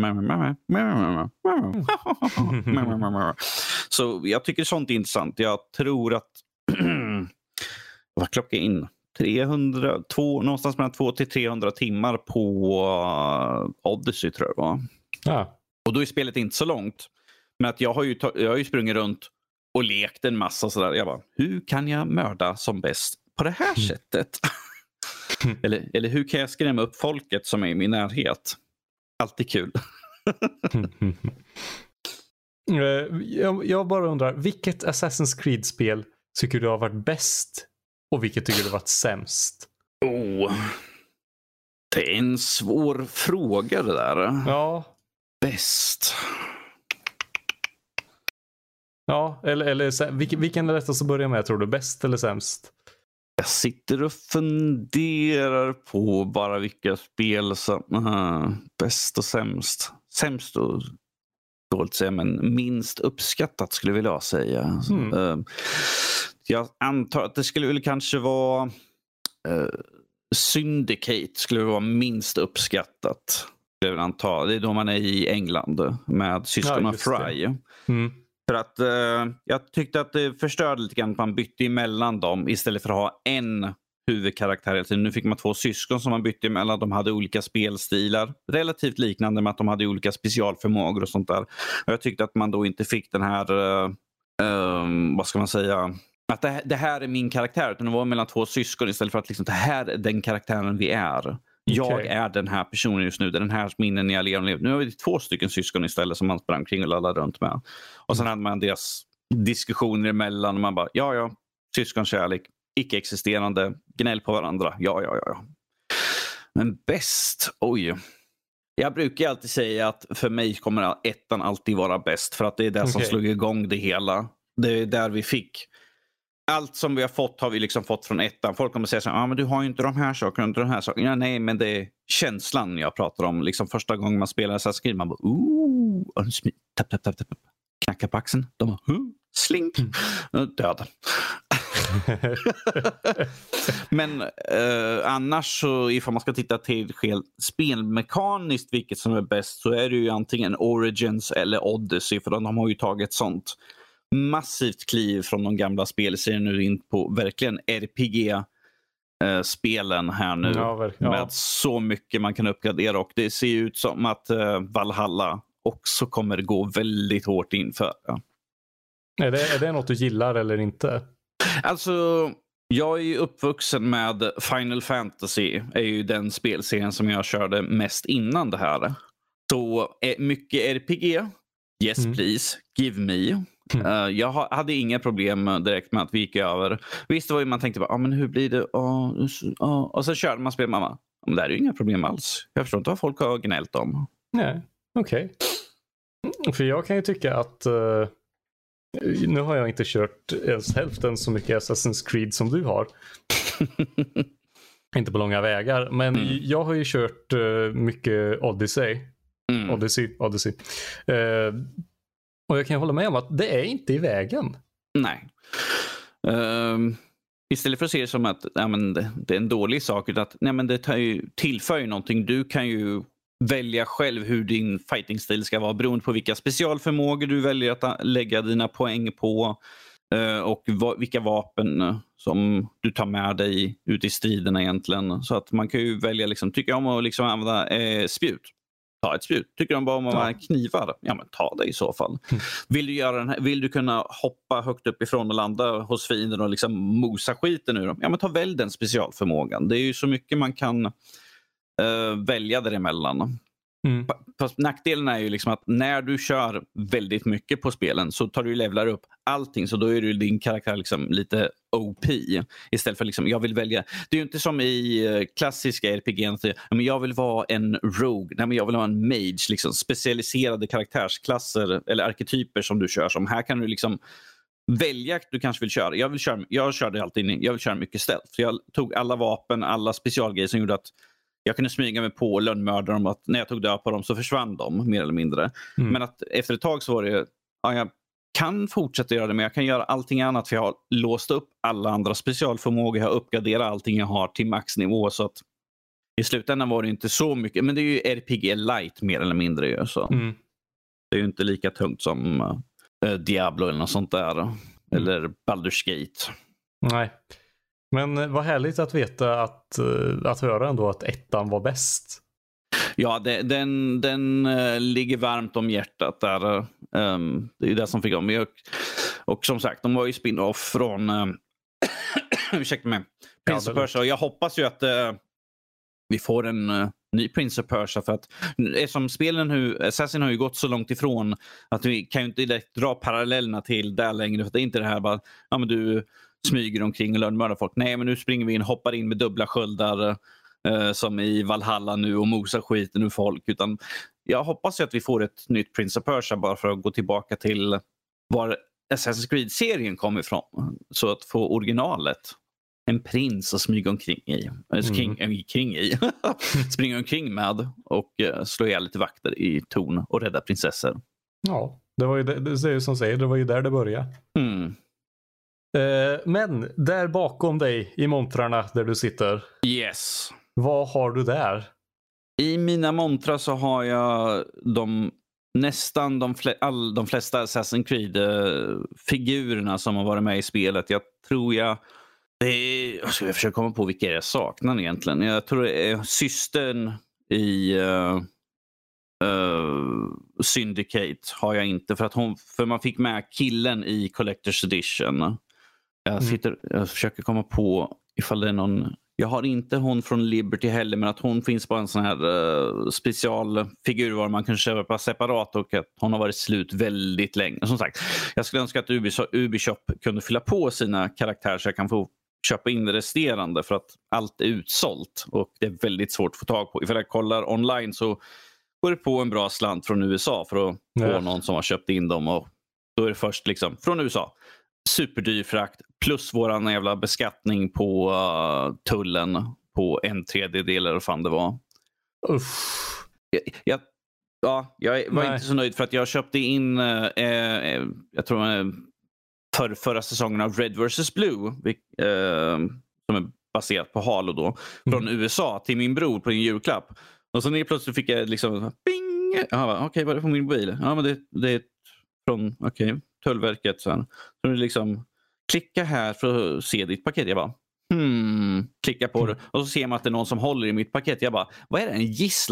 B: så jag tycker sånt är intressant. Jag tror att vad klockar in? 302, någonstans mellan 200 till 300 timmar på Odyssey tror jag det var.
A: Ja.
B: Och då är spelet inte så långt. Men att jag har ju sprungit runt och lekt en massa sådär. Jag bara, hur kan jag mörda som bäst på det här sättet? eller hur kan jag skrämma upp folket som är i min närhet? Alltid kul.
A: Jag bara undrar, vilket Assassin's Creed-spel tycker du har varit bäst och vilket tycker du har varit sämst?
B: Det är en svår fråga det där.
A: Ja.
B: Bäst.
A: Ja, eller vilken är lättast att börja med tror du? Bäst eller sämst?
B: Jag sitter och funderar på bara vilka spel som bäst och sämst. Sämst och dåligt säga, men minst uppskattat skulle jag vilja säga. Jag antar att det skulle väl kanske vara Syndicate skulle vara minst uppskattat. Jag vill anta. Det är då man är i England med syskonen Fry. För att jag tyckte att det förstörde lite grann att man bytte emellan dem istället för att ha en huvudkaraktär. Nu fick man 2 syskon som man bytte emellan. De hade olika spelstilar. Relativt liknande med att de hade olika specialförmågor och sånt där. Och jag tyckte att man då inte fick den här, vad ska man säga, att det här är min karaktär. Utan det var mellan 2 syskon istället för att liksom, det här är den karaktären vi är. Jag är den här personen just nu. Det är den här minnen jag lever. Nu har vi 2 stycken syskon istället som man sprang kring och laddade runt med. Och sen hade man deras diskussioner emellan. Och man bara, syskonkärlek. Icke-existerande. Gnäll på varandra. Ja. Men bäst. Oj. Jag brukar alltid säga att för mig kommer ettan alltid vara bäst. För att det är det som slog igång det hela. Det är där vi fick. Allt som vi har fått har vi liksom fått från ettan. Folk kommer säga så här, men du har ju inte de här sakerna, inte de här sakerna. Ja, nej, men det är känslan jag pratar om. Liksom första gången man spelar så här skriver man bara, tapp. Knacka på axeln. De bara, slink. Död. Men annars så ifall man ska titta till spelmekaniskt vilket som är bäst så är det ju antingen Origins eller Odyssey för de har ju tagit sånt massivt kliv från de gamla spelserien nu in på verkligen RPG-spelen här nu. Med så mycket man kan uppgradera och det ser ut som att Valhalla också kommer gå väldigt hårt inför.
A: Är det något du gillar eller inte?
B: Alltså, Jag är ju uppvuxen med Final Fantasy. Är ju den spelserien som jag körde mest innan det här. Så mycket RPG. Yes please, give me. Jag hade inga problem direkt med att vi gick över. Visst var ju man tänkte bara, men hur blir det? Och så körde man spel mamma. Men det är ju inga problem alls. Jag förstår inte vad folk har gnällt om.
A: Nej, okej. För jag kan ju tycka att nu har jag inte kört ens hälften så mycket Assassin's Creed som du har. Inte på långa vägar. Men jag har ju kört mycket Odyssey. Odyssey. Och jag kan hålla med om att det är inte i vägen.
B: Nej. Istället för att se det som att det är en dålig sak, utan att det tillför ju någonting. Du kan ju välja själv hur din fighting-stil ska vara beroende på vilka specialförmågor du väljer att lägga dina poäng på och vilka vapen som du tar med dig ut i striderna egentligen. Så att man kan ju välja, tycker jag om att använda spjut. Ta ett spjut. Tycker de bara om att vara knivar? Ja, men ta det i så fall. Vill du kunna hoppa högt uppifrån och landa hos fienden och mosa skiten ur dem? Ja, men ta väl den specialförmågan. Det är ju så mycket man kan välja däremellan. Fast nackdelen är ju att när du kör väldigt mycket på spelen så tar du levlar upp allting, så då är du din karaktär lite OP istället för jag vill välja. Det är ju inte som i klassiska RPG men jag vill vara en rogue. Nej, men jag vill ha en mage, specialiserade karaktärsklasser eller arketyper som du kör som. Här kan du välja du kanske vill köra. Jag körde alltid jag vill köra mycket stealth. Så jag tog alla vapen, alla specialgrejer som gjorde att jag kunde smyga mig på lönnmördare om att när jag tog död på dem så försvann de mer eller mindre. Men att efter ett tag så var det jag kan fortsätta göra det, men jag kan göra allting annat för jag har låst upp alla andra specialförmågor. Jag har uppgraderat allting jag har till maxnivå, så att i slutändan var det inte så mycket. Men det är ju RPG light mer eller mindre. Så. Det är ju inte lika tungt som Diablo eller något sånt där. Eller Baldur's Gate.
A: Nej. Men vad härligt att veta att höra ändå att ettan var bäst.
B: Ja, den ligger varmt om hjärtat där. Det är det som fick om. Och som sagt, de var ju spin-off från ursäkta mig, Prince of Persia. Och jag hoppas ju att vi får en ny Prince of Persia, för att som spelen Assassin har ju gått så långt ifrån att vi kan ju inte direkt dra parallellerna till där längre, för det är inte det här bara, men du smyger omkring och lönnmördar folk. Nej, men nu springer vi in, hoppar in med dubbla sköldar som i Valhalla nu och mosar skiten ur folk. Utan jag hoppas ju att vi får ett nytt Prince of Persia, bara för att gå tillbaka till var Assassin's Creed-serien kom ifrån. Så att få originalet. En prins att smyga omkring i. Springa omkring med och slå ihjäl lite vakter i torn och rädda prinsessor.
A: Ja, det var ju det är ju som säger, det var ju där det började. Men där bakom dig i montrarna där du sitter.
B: Yes.
A: Vad har du där?
B: I mina montrar så har jag nästan de flesta Assassin's Creed-figurerna som har varit med i spelet. Jag tror jag ska jag försöka komma på vilka jag saknar egentligen. Jag tror det är systern i Syndicate har jag inte, för man fick med killen i Collector's Edition. Jag försöker komma på ifall det är någon. Jag har inte hon från Liberty heller, men att hon finns på en sån här specialfigur var man kan köpa separat, och att hon har varit slut väldigt länge. Som sagt, jag skulle önska att Ubisoft kunde fylla på sina karaktärer så jag kan få köpa in det resterande, för att allt är utsålt och det är väldigt svårt att få tag på. Ifall jag kollar online så går det på en bra slant från USA för att få någon som har köpt in dem, och då är det först från USA. Superdyr frakt plus våran jävla beskattning på tullen på 1/3 eller vad fan det var. Jag var inte så nöjd, för att jag köpte in jag tror förra säsongen av Red vs. Blue som är baserat på Halo då, från USA till min bror på en julklapp. Och så plötsligt fick jag bing! Okej, vad är det på min mobil? Ja, men det är från Tullverket. Så det klicka här för att se ditt paket. Jag bara, klicka på det. Och så ser man att det är någon som håller i mitt paket. Jag bara, vad är det? En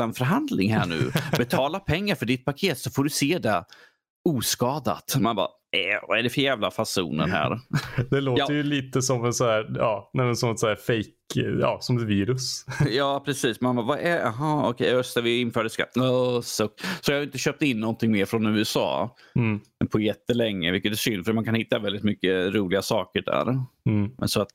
B: gisslanförhandling här nu? Betala pengar för ditt paket så får du se det oskadat. Man bara, vad är det för jävla fasoner här?
A: Det låter ju lite som en så här, som ett så här fake, som ett virus.
B: Ja, precis. Man bara, vad är, jaha, okej, just det, vi införde skatt. Så jag har inte köpt in någonting mer från USA på jättelänge, vilket är synd, för man kan hitta väldigt mycket roliga saker där. Men så att,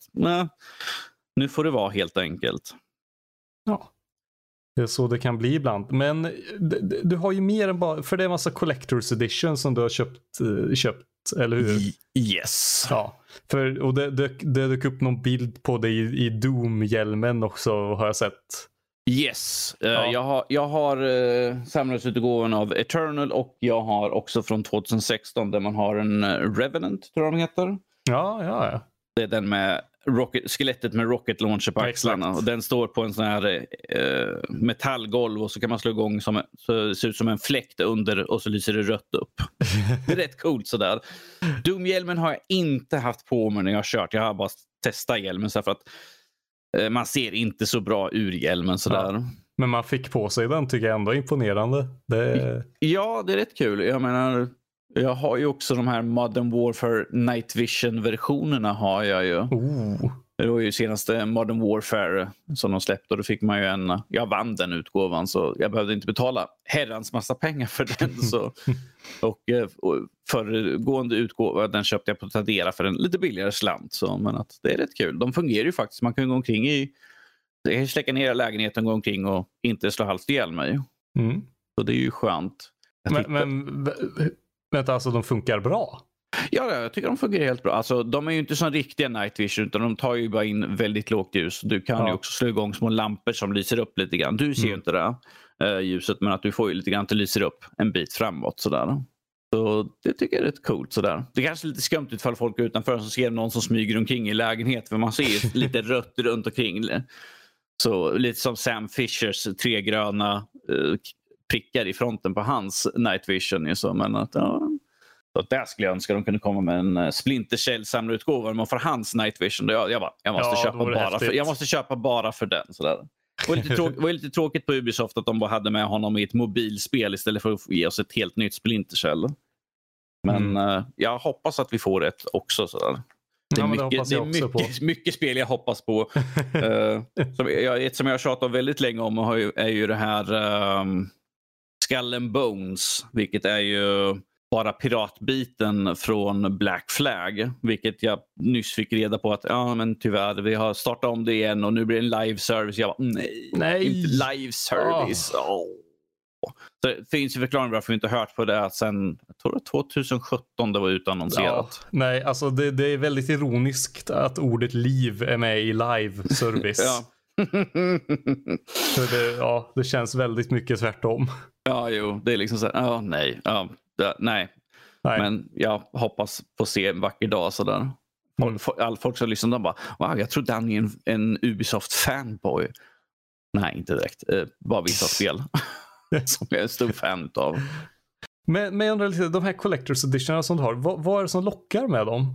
B: nu får det vara helt enkelt.
A: Ja. Det är så det kan bli ibland. Men du har ju mer än bara... För det är en massa collector's edition som du har köpt, eller hur?
B: Yes.
A: Ja. Och det dök upp någon bild på dig i Doom-hjälmen också, har jag sett.
B: Yes. Jag har samlingsutgåvan av Eternal, och jag har också från 2016 där man har en Revenant, tror jag de heter.
A: Ja.
B: Det är den med skelettet med rocket launcher på axlarna. Och den står på en sån här metallgolv, och så kan man slå igång så det ser ut som en fläkt under, och så lyser det rött upp. Det är rätt coolt sådär. Doom-hjälmen har jag inte haft på mig när jag har kört. Jag har bara testat hjälmen så för att man ser inte så bra ur hjälmen sådär. Ja.
A: Men man fick på sig den, tycker jag ändå är imponerande.
B: Ja, det är rätt kul. Jag menar, jag har ju också de här Modern Warfare Night Vision-versionerna har jag ju. Det var ju senaste Modern Warfare som de släppte, och då fick man ju jag vann den utgåvan, så jag behövde inte betala herrans massa pengar för den. Så. Och föregående utgåva, den köpte jag på Tradera för en lite billigare slant. Så, men att det är rätt kul. De fungerar ju faktiskt. Man kan gå omkring släcka ner lägenheten, gå omkring och inte slå halvt ihjäl mig. Så det är ju skönt.
A: Men vänta, alltså de funkar bra?
B: Ja, jag tycker de fungerar helt bra. Alltså, de är ju inte som riktiga night vision, utan de tar ju bara in väldigt lågt ljus. Du kan ju också slå igång små lampor som lyser upp lite grann. Du ser ju inte det ljuset, men att du får ju lite grann att det lyser upp en bit framåt sådär. Så det tycker jag är rätt coolt sådär. Det är kanske lite skumt ifall folk utanför som ser någon som smyger omkring i lägenhet, för man ser ju lite rött runt omkring. Så lite som Sam Fishers 3 gröna prickar i fronten på hans night vision. Så, men att, så där skulle jag önska att de kunde komma med en Splinter Cell samlarutgåva, men för hans night vision. Jag måste köpa bara för den. Sådär. Det var lite tråkigt på Ubisoft att de bara hade med honom i ett mobilspel istället för att ge oss ett helt nytt Splinter Cell. Men jag hoppas att vi får ett också. Sådär. Det är mycket spel jag hoppas på. Ett som jag har tjatat om väldigt länge om är ju det här Skull and Bones, vilket är ju bara piratbiten från Black Flag, vilket jag nyss fick reda på att men tyvärr, vi har startat om det igen och nu blir det en live service. Jag bara, nej, inte live service. Så det finns ju förklaring varför vi inte hört på det sen, jag tror 2017 det var utannonserat.
A: Nej, alltså det är väldigt ironiskt att ordet liv är med i live service. Så det känns väldigt mycket tvärtom. Ja,
B: jo, det är liksom så här, nej. Men jag hoppas få se en vacker dag sådär. Folk som lyssnar bara, wow, jag tror Dan är en Ubisoft-fanboy. Nej, inte direkt. Bara vissa spel som jag är en stor fan av.
A: Men jag undrar lite, de här Collector's Editionerna som du har, vad är det som lockar med dem?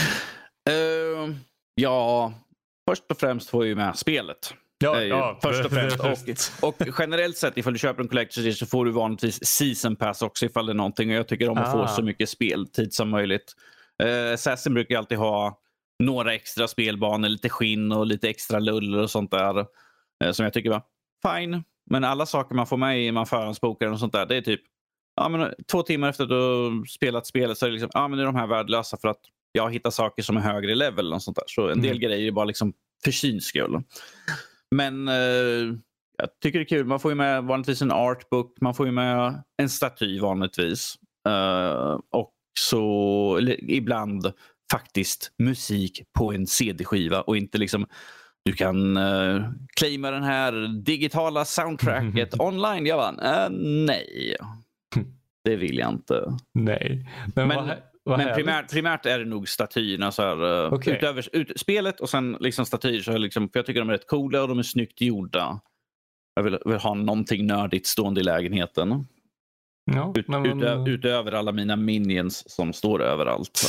B: Först och främst får jag med spelet. Först och främst. Och generellt sett, ifall du köper en Collector's Edition så får du vanligtvis Season Pass också ifall det är någonting. Och jag tycker om att få så mycket speltid som möjligt. Assassin brukar alltid ha några extra spelbanor, lite skinn och lite extra lull och sånt där. Som jag tycker var fine. Men alla saker man får med i man förhandsbokar och sånt där, det är typ 2 timmar efter att du har spelat spelet så är det liksom, men nu är de här värdelösa för att jag hittar saker som är högre level och sånt där. Så en del grejer är bara liksom för syns skull. Men jag tycker det är kul. Man får ju med vanligtvis en artbook. Man får ju med en staty vanligtvis. Och så ibland faktiskt musik på en CD-skiva. Och inte liksom, du kan claima den här digitala soundtracket online. Jag bara, nej. Det vill jag inte.
A: Nej. Men
B: primärt är det nog statyerna så här, utöver spelet och sen liksom statyer så liksom, för jag tycker de är rätt coola och de är snyggt gjorda. Jag vill ha någonting nördigt stående i lägenheten.
A: Ja,
B: utöver alla mina minions som står överallt.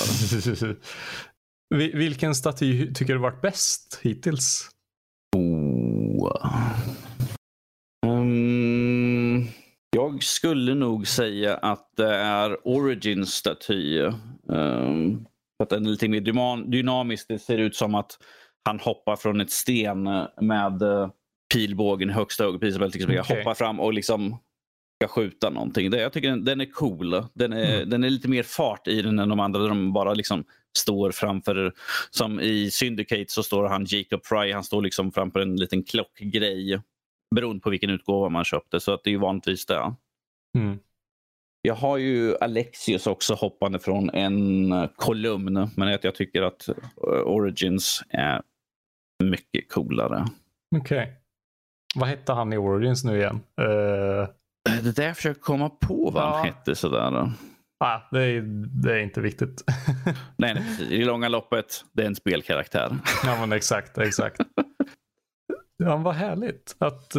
A: Vilken staty tycker du varit bäst hittills?
B: Jag skulle nog säga att det är Origins-staty. För att den är lite mer dynamisk. Det ser ut som att han hoppar från ett sten med pilbågen i högsta ögonprisbältet. Liksom hoppar fram och liksom ska skjuta någonting. Jag tycker den är cool. Den är lite mer fart i den än de andra. Där de bara liksom står framför. Som i Syndicate så står han Jacob Fry. Han står liksom framför en liten klockgrej. Beroende på vilken utgåva man köpte. Så att det är ju vanligtvis det.
A: Mm.
B: Jag har ju Alexius också hoppande från en kolumn. Men jag tycker att Origins är mycket coolare.
A: Okej. Vad hette han i Origins nu igen?
B: Det där jag försöker komma på vad han hette sådär.
A: Det är inte viktigt.
B: nej, i långa loppet, det är en spelkaraktär.
A: Ja, men exakt. Ja, vad härligt.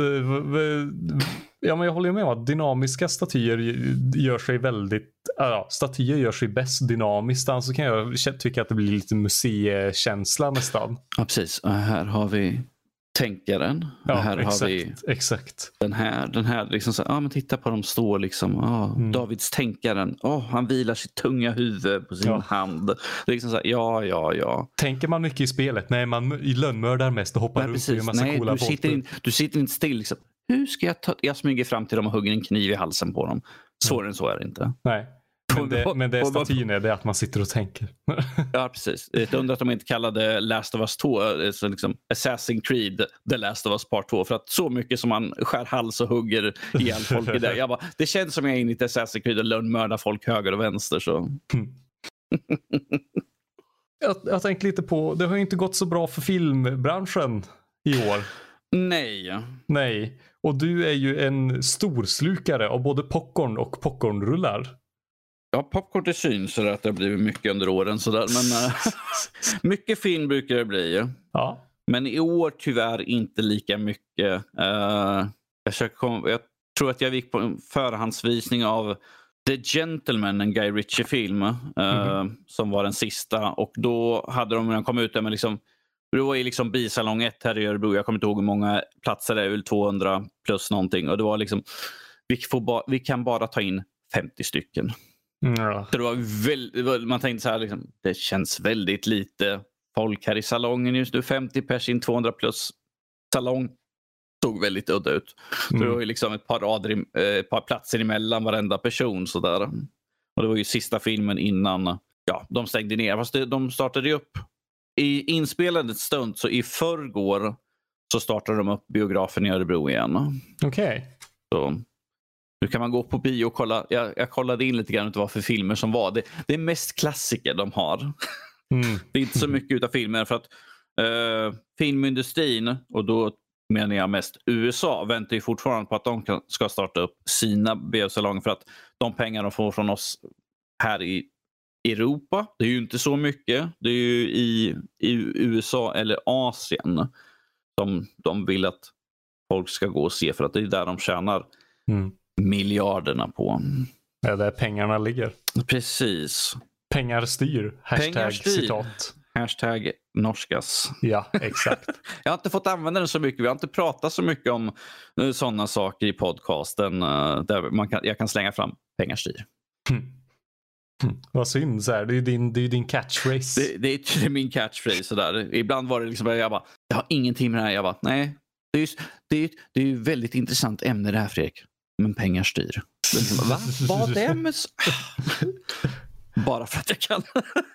A: Men jag håller med om att dynamiska statyer gör sig statyer gör sig bäst dynamiskt. Så kan jag tycka att det blir lite museikänsla nästan.
B: Ja, precis. Och här har vi tänkaren.
A: Ja,
B: här har vi
A: exakt.
B: Den här liksom så, men titta på dem står liksom, Davids tänkaren. Han vilar sitt tunga huvud på sin hand. Det är liksom så här, ja.
A: Tänker man mycket i spelet? Nej, man lönnmördar mest och hoppar runt i en massa coola båtar.
B: Du sitter inte still liksom. Hur ska jag smyger fram till dem och hugger en kniv i halsen på dem. Svårare än så är det inte.
A: Nej. Men det statyn är det att man sitter och tänker.
B: Ja, precis. Jag undrar att de inte kallade Last of Us 2 så liksom Assassin's Creed The Last of Us Part 2 för att så mycket som man skär hals och hugger ihjäl folk i det. Det känns som jag är inne i Assassin's Creed och lönnmördar folk höger och vänster. Så.
A: Jag tänkte lite på, det har ju inte gått så bra för filmbranschen i år.
B: Nej.
A: Och du är ju en storslukare av både popcorn och popcornrullar.
B: Ja, popcorn det syns så att det har blivit mycket under åren. Men mycket film brukar det bli.
A: Ja.
B: Men i år tyvärr inte lika mycket. Jag tror att jag gick på en förhandsvisning av The Gentleman, en Guy Ritchie-film. Som var den sista. Och då hade de, när de kom ut där med liksom, det var ju liksom bisalong 1 här i Örebro. Jag kommer inte ihåg hur många platser det är, 200 plus någonting. Och det var liksom, vi kan bara ta in 50 stycken. Så det var man tänkte så här liksom, det känns väldigt lite folk här i salongen just nu, 50 pers in 200 plus salong såg väldigt udda ut. Så det var ju liksom ett par platser emellan varenda person så där. Och det var ju sista filmen innan de stängde ner, fast de startade ju upp i inspelandet stund, så i förrgår så startade de upp biografen i Örebro igen.
A: Okej.
B: Så nu kan man gå på bio och kolla. Jag kollade in lite grann vad för filmer som var. Det är mest klassiker de har. Det är inte så mycket utav filmer för att filmindustrin, och då menar jag mest USA, väntar ju fortfarande på att de ska starta upp sina biosalonger, för att de pengar de får från oss här i Europa, det är ju inte så mycket. Det är ju i USA eller Asien som de vill att folk ska gå och se, för att det är där de tjänar miljarderna på.
A: Ja, där pengarna ligger.
B: Precis.
A: Pengar styr. Citat.
B: Hashtag norskas.
A: Ja, exakt.
B: Jag har inte fått använda den så mycket. Vi har inte pratat så mycket om sådana saker i podcasten där jag kan slänga fram pengar styr.
A: Vad synd, så här. Det är din catchphrase.
B: Det är min catchphrase. Sådär. Ibland var det liksom, jag har ingenting med det här. Jag bara, nej. Det är ju väldigt intressant ämne det här, Fredrik. Men pengar styr. Va? Vad är med... Bara för att jag kan.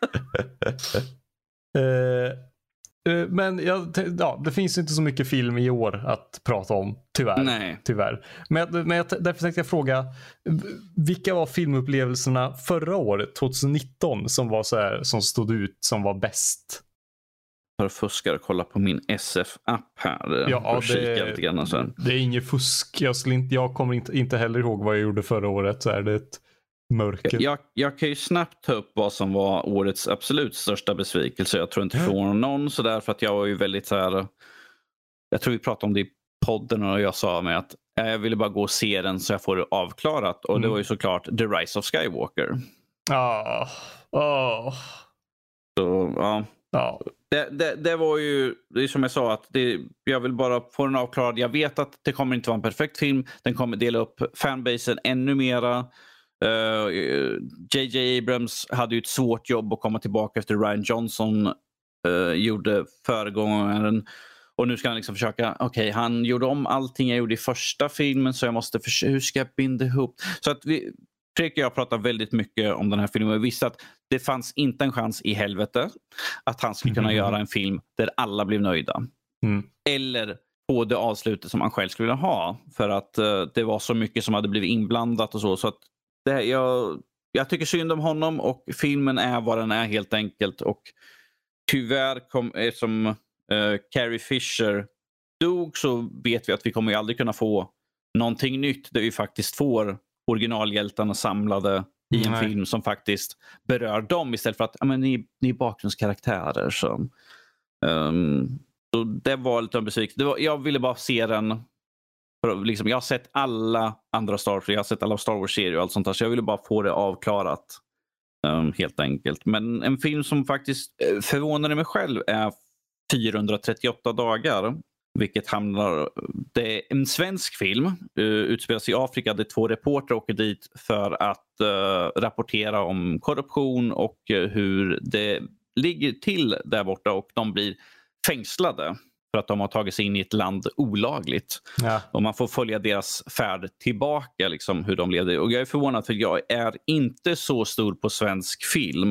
A: Men det finns inte så mycket film i år att prata om, tyvärr.
B: Nej.
A: Tyvärr. Men därför tänkte jag fråga, vilka var filmupplevelserna förra året, 2019, som var så här, som stod ut, som var bäst?
B: Jag fuskar och kolla på min SF-app här.
A: Ja, det är inget fusk. Jag kommer inte heller ihåg vad jag gjorde förra året, så är det ett mörker.
B: Jag kan ju snabbt ta upp vad som var årets absolut största besvikelse. Jag tror inte från någon sådär, för att jag var ju väldigt så här. Jag tror vi pratade om det i podden och jag sa med att jag ville bara gå och se den så jag får det avklarat. Och det var ju såklart The Rise of Skywalker.
A: Så, Ja.
B: Det var ju, det är som jag sa, att jag vill bara få den avklarad. Jag vet att det kommer inte vara en perfekt film. Den kommer dela upp fanbasen ännu mera. J.J. Abrams hade ju ett svårt jobb att komma tillbaka efter Rian Johnson gjorde föregångaren. Och nu ska han liksom försöka, okej, han gjorde om allting jag gjorde i första filmen, så jag måste hur ska jag binda ihop? Så att Fredrik och jag pratar väldigt mycket om den här filmen och visste att det fanns inte en chans i helvete att han skulle kunna göra en film där alla blev nöjda. Eller på det avslutet som han själv skulle vilja ha, för att det var så mycket som hade blivit inblandat och så att jag tycker synd om honom, och filmen är vad den är helt enkelt. Och tyvärr som Carrie Fisher dog, så vet vi att vi kommer ju aldrig kunna få någonting nytt där vi faktiskt får originalhjältarna samlade i en film som faktiskt berör dem, istället för att ni är bakgrundskaraktärer. Så det var lite besviken. Jag ville bara se den. Liksom, jag har sett alla andra Star Wars, jag har sett alla Star Wars-serier och allt sånt där, så jag ville bara få det avklarat helt enkelt. Men en film som faktiskt förvånade mig själv är 438 dagar, vilket det är en svensk film, utspelas i Afrika, där 2 reportrar åker dit för att rapportera om korruption och hur det ligger till där borta, och de blir fängslade för att de har tagit sig in i ett land olagligt. Ja. Och man får följa deras färd tillbaka, liksom, hur de levde. Och jag är förvånad, för jag är inte så stor på svensk film.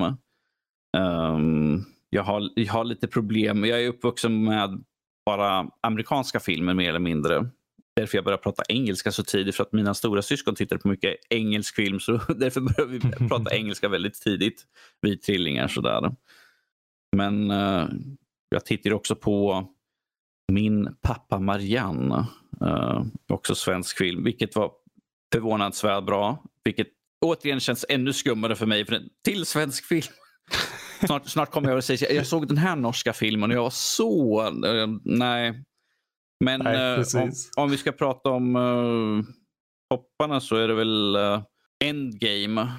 B: Jag har lite problem. Jag är uppvuxen med bara amerikanska filmer mer eller mindre. Därför jag började prata engelska så tidigt, för att mina stora syskon tittade på mycket engelsk film, så därför började vi prata engelska väldigt tidigt. Vi trillingar sådär. Men jag tittar också på Min pappa Marianne, också svensk film, vilket var förvånansvärt bra, vilket återigen känns ännu skummare för mig, för en till svensk film. Snart kommer jag att säga, jag såg den här norska filmen och jag var så nej. Men om vi ska prata om hopparna, så är det väl Endgame,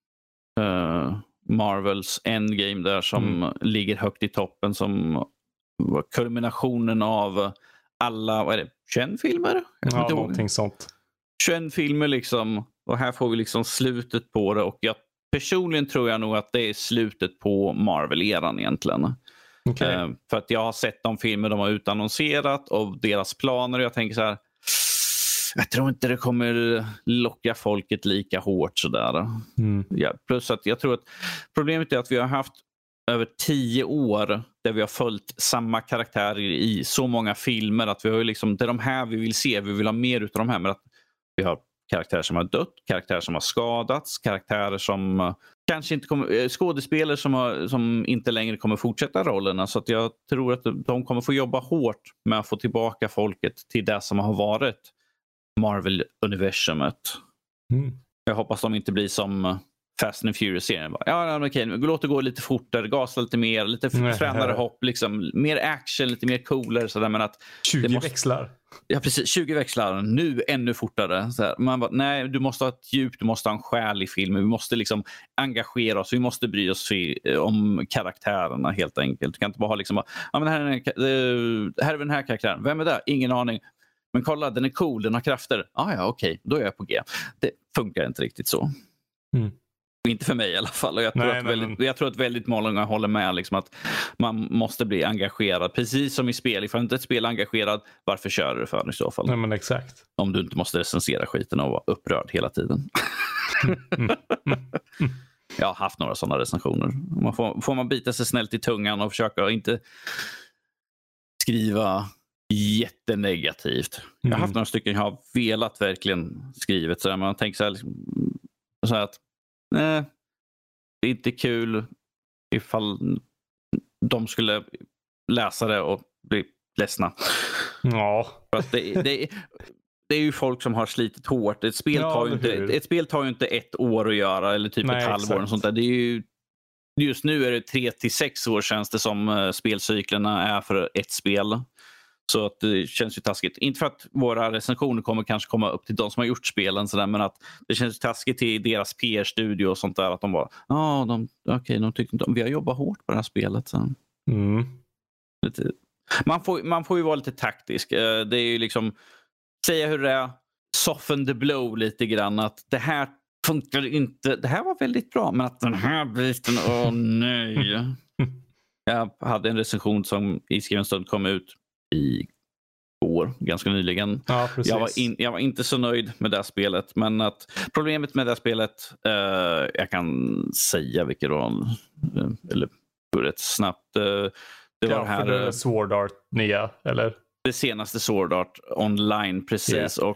B: Marvels Endgame där, som ligger högt i toppen, som var kulminationen av alla, vad är det, 21 filmer?
A: Ja, någonting sånt.
B: 21 filmer liksom, och här får vi liksom slutet på det, och jag personligen tror jag nog att det är slutet på Marvel-eran egentligen. Okay. För att jag har sett de filmer de har utannonserat och deras planer, och jag tänker så här, jag tror inte det kommer locka folket lika hårt sådär. Ja, plus att jag tror att problemet är att vi har haft över 10 år där vi har följt samma karaktärer i så många filmer, att vi har liksom, det är de här vi vill se, vi vill ha mer utav de här, men att vi har karaktärer som har dött, karaktärer som har skadats, karaktärer som kanske inte kommer, skådespelare som inte längre kommer fortsätta rollerna, så att jag tror att de kommer få jobba hårt med att få tillbaka folket till det som har varit Marvel-universumet. Jag hoppas de inte blir som Fast and Furious-serien. Ja, okej, låt det gå lite fortare, gasa lite mer, lite fränare hopp, liksom, mer action, lite mer coolare, sådär, men att
A: 20 växlar.
B: Ja, precis, 20 växlar, nu ännu fortare. Så här, man bara, nej, du måste ha ett djup, du måste ha en själ i filmen, vi måste liksom engagera oss, vi måste bry oss om karaktärerna helt enkelt. Du kan inte bara ha liksom, ja, men här är den här karaktären, vem är det? Ingen aning. Men kolla, den är cool, den har krafter. Ja, okej, då är jag på G. Det funkar inte riktigt så. Inte för mig i alla fall. Och jag tror att väldigt många håller med, liksom, att man måste bli engagerad. Precis som i spel. Ifall inte ett spel är engagerad, varför kör du för i så fall?
A: Nej, men exakt.
B: Om du inte måste recensera skiten och vara upprörd hela tiden. Jag har haft några sådana recensioner. Får man bita sig snällt i tungan och försöka inte skriva jättenegativt. Jag har haft några stycken jag har velat verkligen skrivit. Så man tänker så här, liksom, så här att nej, det är inte kul ifall de skulle läsa det och bli ledsna.
A: Ja.
B: För att det är ju folk som har slitit hårt. Ett spel tar ju inte 1 år att göra, eller typ ett halvår och sånt där. Det är ju, just nu är det 3 till 6 år känns det som spelcyklerna är för ett spel. Så att det känns ju taskigt. Inte för att våra recensioner kommer kanske komma upp till de som har gjort spelen, sådär, men att det känns taskigt till deras PR-studio och sånt där. Att de bara, de tyckte inte om. Vi har jobbat hårt på det här spelet. Så.
A: Mm.
B: Man får ju vara lite taktisk. Det är ju liksom säga hur det är, soften the blow lite grann, att det här funkar inte. Det här var väldigt bra, men att den här biten, nej. Jag hade en recension som i skriven stund kom ut i år, ganska nyligen.
A: Ja,
B: jag var inte så nöjd med det här spelet, men att problemet med det här spelet, jag kan säga vilket roll, eller rätt snabbt, det var här,
A: för det Sword Art nya, eller?
B: Det senaste Sword Art online, precis.
A: Yeah.
B: Och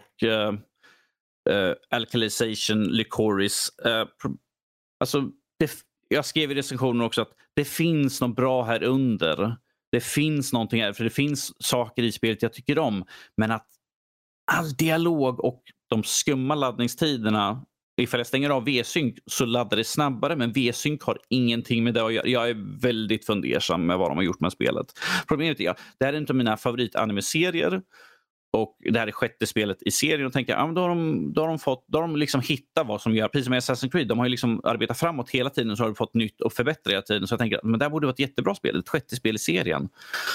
B: Alkalization Lycoris. Alltså, jag skrev i recensionen också att det finns något bra här under. Det finns någonting här, för det finns saker i spelet jag tycker om. Men att all dialog och de skumma laddningstiderna, ifall jag stänger av V-sync så laddar det snabbare, men V-sync har ingenting med det att göra. Jag är väldigt fundersam med vad de har gjort med spelet. Problemet är att det här är inte mina favoritanime-serier och det här är 6:e spelet i serien och tänker, då har de liksom hittat vad som gör, precis som i Assassin's Creed, de har ju liksom arbetat framåt hela tiden, så har de fått nytt och förbättrat hela tiden, så jag tänker, men det här borde vara ett jättebra spel, ett 6:e spel i serien.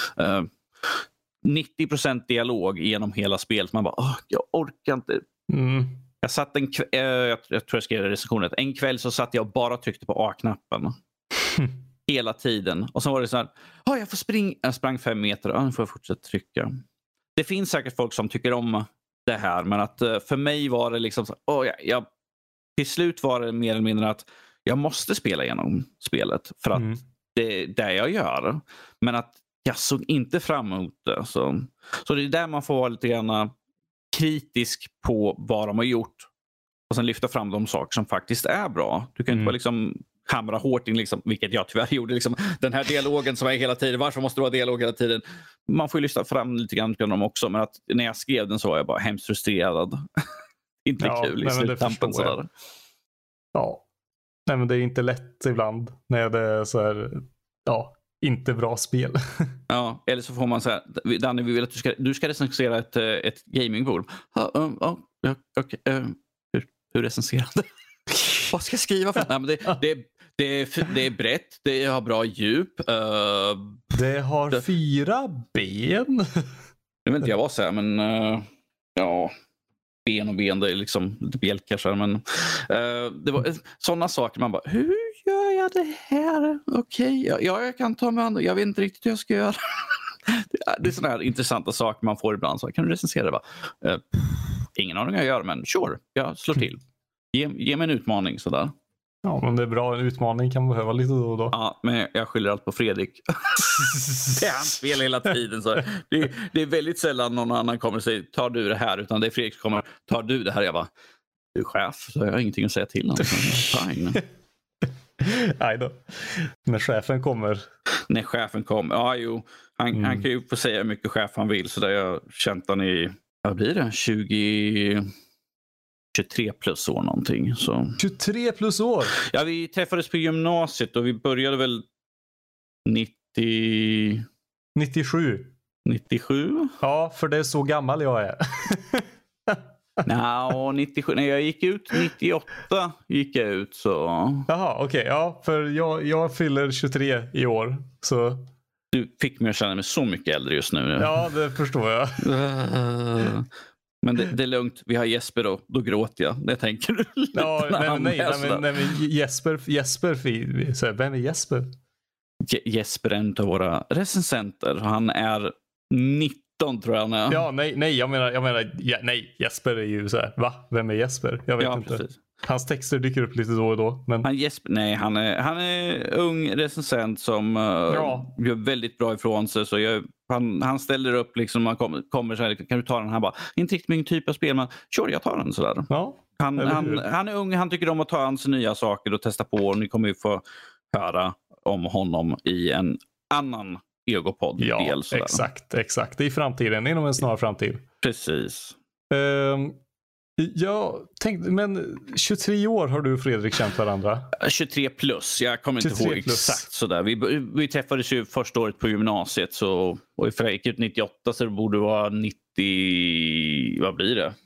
B: 90% dialog genom hela spelet, man bara, jag orkar inte. Jag satt jag tror jag skrev i recensionen, en kväll så satt jag och bara tryckte på A-knappen hela tiden, och så var det så här, jag sprang 5 meter, nu får jag fortsätta trycka. Det finns säkert folk som tycker om det här, men att för mig var det liksom till slut var det mer eller mindre att jag måste spela igenom spelet för att det är det jag gör, men att jag såg inte fram emot det. Så det är där man får vara lite grann kritisk på vad de har gjort och sen lyfta fram de saker som faktiskt är bra. Du kan inte bara liksom hamra hårt in, liksom, vilket jag tyvärr gjorde. Liksom, den här dialogen som är hela tiden. Varför måste det vara dialog hela tiden? Man får ju lyfta fram lite grann på dem också. Men att när jag skrev den så var jag bara hemskt frustrerad. Inte kul i sluttampen sådär.
A: Ja. Nej, men det är inte lätt ibland när det är så här, inte bra spel.
B: Ja, eller så får man säga, Danny, vi vill att du ska recensera ett gamingbord. Okej. Hur recenserar det? Vad ska jag skriva för? Nej, men det är brett, det har bra djup.
A: Det har 4 ben.
B: Jag vet inte, jag var så här, men ben och ben, det är liksom lite bjälkar så här, men det var sådana saker man bara, hur gör jag det här? Okej, jag kan ta med andra, jag vet inte riktigt hur jag ska göra. Det är sådana här intressanta saker man får ibland, så kan du recensera det va? Ingen aning jag gör, men sure, jag slår till. Ge mig en utmaning sådär.
A: Ja, men det är bra. En utmaning kan behöva lite då och då.
B: Ja, men jag skyller allt på Fredrik. Det är hans fel hela tiden. Så det är väldigt sällan någon annan kommer och säger, tar du det här? Utan det är Fredrik som kommer, tar du det här? Jag bara, du är chef, så jag har ingenting att säga till honom. Fine.
A: Nej då. När chefen kommer.
B: När chefen kommer, han kan ju få säga hur mycket chef han vill. Så där jag känt han i, vad blir det? 23 plus år någonting. Så.
A: 23 plus år?
B: Ja, vi träffades på gymnasiet och vi började väl
A: 97.
B: 97?
A: Ja, för det är så gammal jag är.
B: 97. Nej, jag gick ut 98 gick jag ut så.
A: Jaha, okej. Ja, för jag fyller 23 i år. Så.
B: Du fick mig att känna mig så mycket äldre just nu.
A: Ja, det förstår jag.
B: Men det är lugnt, vi har Jesper då gråter jag. Det tänker du.
A: Ja, nej, men Jesper, så vem är Jesper?
B: Jesper är en av våra recensenter. Han är 19 tror jag han är.
A: Ja, nej, jag menar nej, Jesper är ju så här, va? Vem är Jesper? Jag vet inte. Precis. Hans texter dyker upp lite då och då. Men...
B: Han är ung recensent som gör väldigt bra ifrån sig. Så han ställer upp liksom, han kommer så här, kan du ta den här bara? Inte riktigt min typ av spel, men sure, jag tar den sådär.
A: Ja,
B: han är ung, han tycker om att ta an sig nya saker och testa på. Och ni kommer ju få höra om honom i en annan Egopodd-del.
A: Ja, exakt. Det är i framtiden, inom en snar framtid.
B: Precis.
A: Jag tänkte, men 23 år har du och Fredrik känt varandra?
B: 23 plus, jag kommer inte ihåg exakt sådär. Vi träffades ju första året på gymnasiet så, och jag gick ut 98 så det borde vara 90, vad blir det?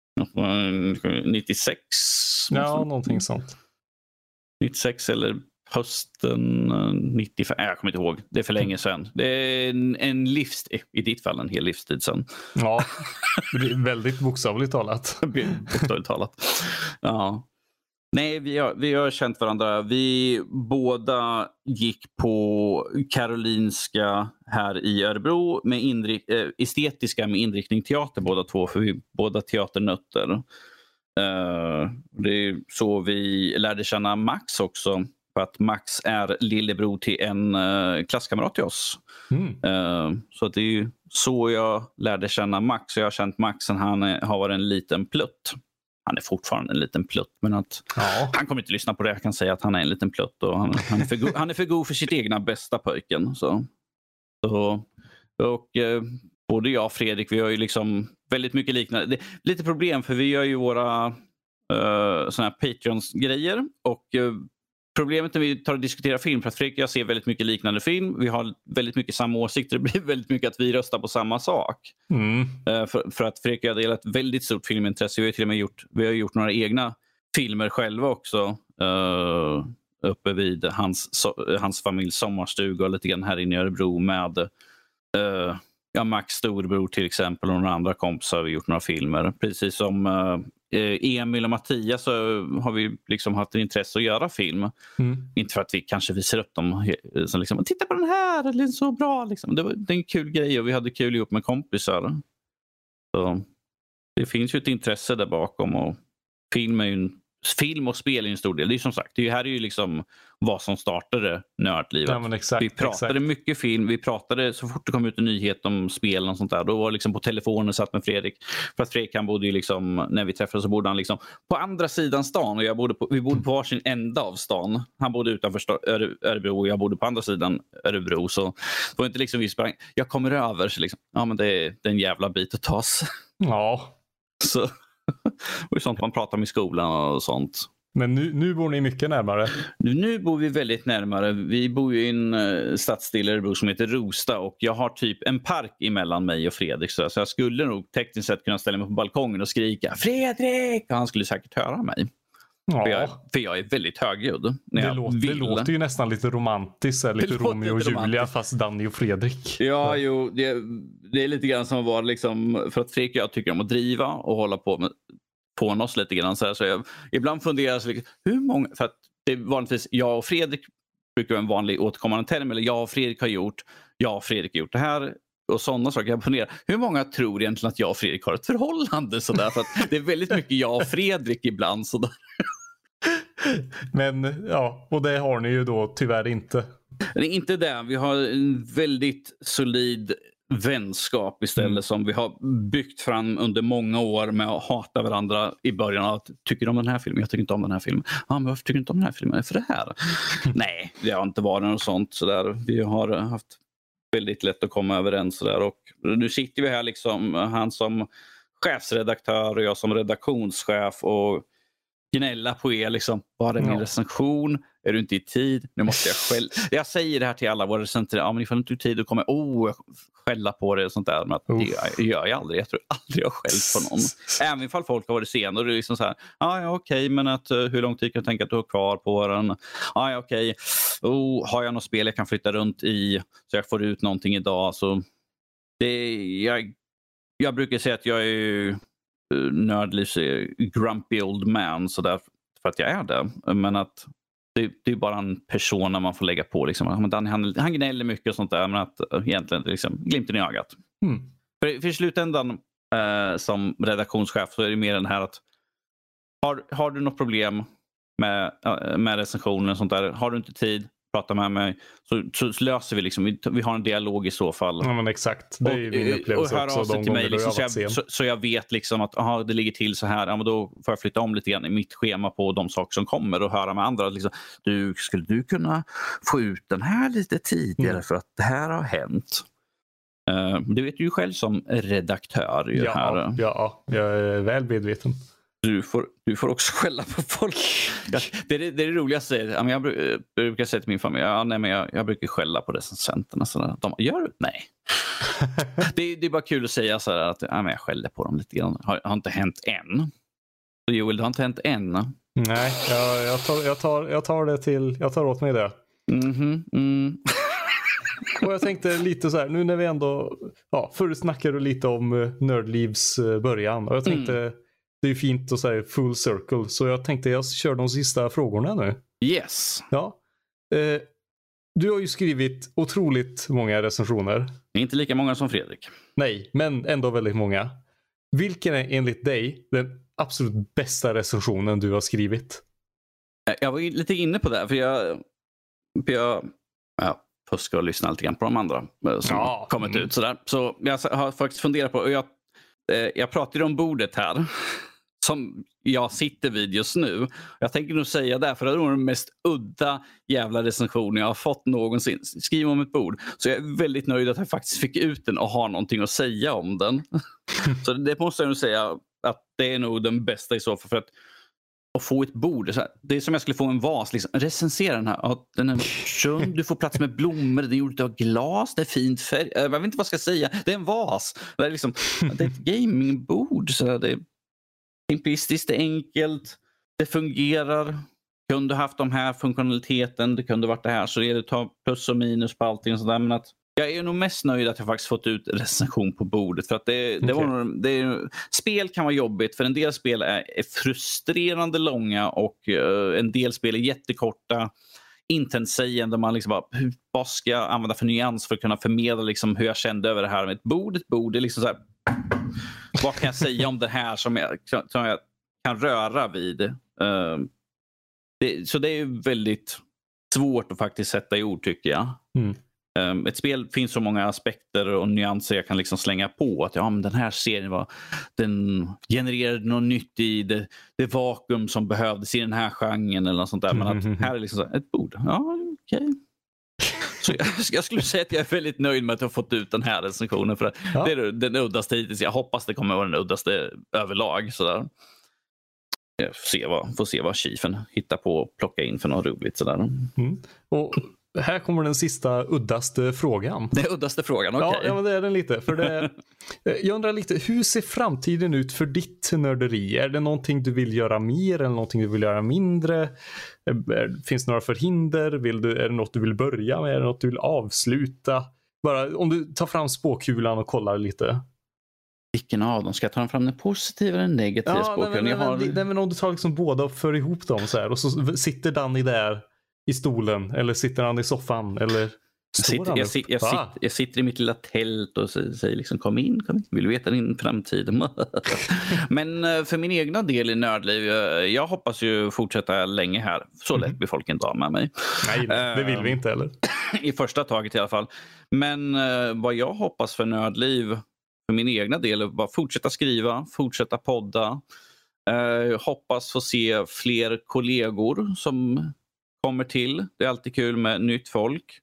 B: 96?
A: Ja, någonting sånt.
B: 96 eller hösten 95. Jag kommer inte ihåg. Det är för länge sedan. Det är en livstid. I ditt fall en hel livstid sedan.
A: Ja, det är väldigt bokstavligt talat.
B: Bokstavligt talat. Ja. Nej, vi har känt varandra. Vi båda gick på Karolinska här i Örebro med estetiska med inriktning teater båda två, för vi är båda teaternötter. Det är så vi lärde känna Max också, för att Max är lillebror till en klasskamrat till oss. Så det är ju så jag lärde känna Max. Jag har känt Max sen han har varit en liten plutt. Han är fortfarande en liten plutt, men att han kommer inte lyssna på det. Jag kan säga att han är en liten plutt och han är för god för sitt egna bästa pojken. Både jag och Fredrik, vi har ju liksom väldigt mycket liknande. Det är lite problem, för vi gör ju våra såna här Patreons-grejer, och problemet när vi tar och diskuterar film, för att Fredrik och jag ser väldigt mycket liknande film. Vi har väldigt mycket samma åsikter. Det blir väldigt mycket att vi röstar på samma sak. För att Fredrik och jag delar ett väldigt stort filmintresse. Vi har till och med gjort några egna filmer själva också. Uppe vid hans familjs sommarstuga och lite grann här inne i Örebro med Max storbror till exempel och några andra kompisar har vi gjort några filmer. Precis som Emil och Mattias så har vi liksom haft ett intresse att göra film. Inte för att vi kanske visar upp dem som liksom, titta på den här, det är så bra liksom. Det är en kul grej och vi hade kul ihop med kompisar. Så det finns ju ett intresse där bakom, och film och spel är en stor del. Det är som sagt, det här är ju liksom vad som startade nördlivet.
A: Ja, exakt,
B: vi pratade mycket film, vi pratade så fort det kom ut en nyhet om spel och sånt där. Då var det liksom på telefonen satt med Fredrik. För att Fredrik, han bodde ju liksom, när vi träffades så bodde han liksom på andra sidan stan, och vi bodde på varsin ända av stan. Han bodde utanför Örebro och jag bodde på andra sidan Örebro, så det var inte liksom vi sprang, jag kommer över, så liksom, ja men det är en jävla bit att ta sig.
A: Ja.
B: Så och sånt man pratar om i skolan och sånt.
A: Men nu bor ni mycket närmare?
B: Nu bor vi väldigt närmare. Vi bor i en stadsdel i Örebro som heter Rosta, och jag har typ en park emellan mig och Fredrik. Så jag skulle nog tekniskt sett kunna ställa mig på balkongen och skrika Fredrik! Och han skulle säkert höra mig.
A: Ja.
B: För jag är väldigt högljudd.
A: Det låter ju nästan lite romantiskt. Lite Romeo och Julia fast Danny och Fredrik.
B: Ja, jo. Det är lite grann som att vara liksom, för att Fredrik och jag tycker om att driva och hålla på oss lite grann. Så jag ibland funderar jag liksom, hur många, för att det är vanligtvis jag och Fredrik brukar vara en vanlig återkommande term, eller jag och Fredrik har gjort det här och sådana saker. Jag funderar, hur många tror egentligen att jag och Fredrik har ett förhållande sådär, för att det är väldigt mycket jag och Fredrik ibland sådär.
A: Men ja, och det har ni ju då tyvärr inte.
B: Det är inte det. Vi har en väldigt solid vänskap istället som vi har byggt fram under många år med att hata varandra i början av att tycker du om den här filmen? Jag tycker inte om den här filmen. Ja, men varför tycker du inte om den här filmen? För det här? Nej, det har inte varit något sånt sådär. Vi har haft väldigt lätt att komma överens sådär, och nu sitter vi här liksom, han som chefsredaktör och jag som redaktionschef, och gnälla på er liksom, var är min recension? Är du inte i tid? Nu måste jag själv. Jag säger det här till alla våra recensenter. Ja, men ifall du inte är i tid då kommer jag skälla på det och sånt där. Men det gör jag aldrig. Jag tror aldrig jag själv på någon. Även ifall folk har varit sen och det är liksom så här. Ja, okej, men att hur lång tid kan jag tänka att du har kvar på den? Ja, okej. Har jag något spel jag kan flytta runt i så jag får ut någonting idag, så jag brukar säga att jag är nördlivs grumpy old man, så där, för att jag är det, men att det är bara en persona man får lägga på liksom. Han gnäller mycket och sånt där, men att egentligen liksom glimten i ögat. För i slutändan som redaktionschef så är det mer den här att har du något problem med recensionen och sånt där, har du inte tid, prata med mig, så löser vi liksom, vi har en dialog i så fall.
A: Ja, men exakt. Det är ju min upplevelse också. De gånger liksom,
B: så jag vet liksom att det ligger till så här, ja, men då får jag flytta om lite grann i mitt schema på de saker som kommer och höra med andra. Liksom, skulle du kunna få ut den här lite tidigare för att det här har hänt? Det vet du ju själv som redaktör.
A: Ja, jag är väl medveten.
B: Du får också skälla på folk. Det är det roligaste. Jag brukar säga till min familj, jag brukar skälla på recensenterna. De gör du? Nej. det är bara kul att säga så här att jag skäller på dem lite grann. Har inte hänt än. Så Joel, det har inte hänt än.
A: Nej, jag tar åt mig det. Och jag tänkte lite så här, nu när vi ändå, förut snackade du lite om Nördlivs början. Och jag tänkte, det är ju fint att säga full circle. Så jag tänkte jag kör de sista frågorna nu.
B: Yes.
A: Ja. Du har ju skrivit otroligt många recensioner.
B: Inte lika många som Fredrik.
A: Nej, men ändå väldigt många. Vilken är enligt dig den absolut bästa recensionen du har skrivit?
B: Jag var ju lite inne på det, för jag fuskar och lyssnar lite grann på de andra som har kommit ut. Sådär. Så jag har faktiskt funderat på, och jag pratade om bordet här som jag sitter vid just nu. Jag tänker nog säga det, för det är nog den mest udda jävla recensionen jag har fått någonsin. Skriv om ett bord. Så jag är väldigt nöjd att jag faktiskt fick ut den och har någonting att säga om den. Så det måste jag nog säga att det är nog den bästa i så fall, för att få ett bord. Det är som jag skulle få en vas. Liksom. Recensera den här. Ja, den är sund, du får plats med blommor. Den är gjord av glas. Det är fint färg. Jag vet inte vad jag ska säga. Det är en vas. Det är, liksom, det är ett gamingbord. Så det är simplistiskt, det är enkelt. Det fungerar. Kunde haft de här funktionaliteten. Det kunde varit det här. Så det är det ta plus och minus på allting. Och sådär. Men att jag är nog mest nöjd att jag faktiskt fått ut recension på bordet. För att spel kan vara jobbigt. För en del spel är frustrerande långa. Och en del spel är jättekorta. Intetsägande. Man liksom bara, vad ska jag använda för nyans för att kunna förmedla liksom hur jag kände över det här. Med ett bord är liksom så här, vad kan jag säga om det här som jag kan röra vid. Så det är väldigt svårt att faktiskt sätta i ord, tycker jag. Ett spel finns så många aspekter och nyanser jag kan liksom slänga på. Att men den här serien den genererade något nytt i det vakuum som behövdes i den här genren eller något sånt där. Men att här är liksom så här, ett bord. Ja, okej. Så jag skulle säga att jag är väldigt nöjd med att jag har fått ut den här recensionen. För det är den uddaste hittills. Jag hoppas det kommer vara den uddaste överlag. Sådär. Får se vad chefen hittar på och plocka in för något roligt. Sådär.
A: Och här kommer den sista uddaste frågan.
B: Det är uddaste frågan, okej.
A: Ja, men det är den lite. För jag undrar lite, hur ser framtiden ut för ditt nörderi? Är det någonting du vill göra mer eller någonting du vill göra mindre? Finns det några förhinder? Är det något du vill börja med? Är det något du vill avsluta? Bara om du tar fram spåkulan och kollar lite.
B: Vilken av dem? Ska jag ta fram den positiva eller den negativa spåkulan?
A: Men om du tar liksom båda och för ihop dem så här. Och så sitter Danny där i stolen, eller sitter han i soffan, eller
B: jag sitter i mitt lilla tält och säger liksom kom in, vill du veta din framtid? Men för min egna del i nördliv, jag hoppas ju fortsätta länge här. Så lätt blir folk inte av med mig.
A: Nej, det vill vi inte heller.
B: I första taget i alla fall. Men vad jag hoppas för nördliv för min egna del är bara fortsätta skriva, fortsätta podda. Hoppas få se fler kollegor som kommer till. Det är alltid kul med nytt folk.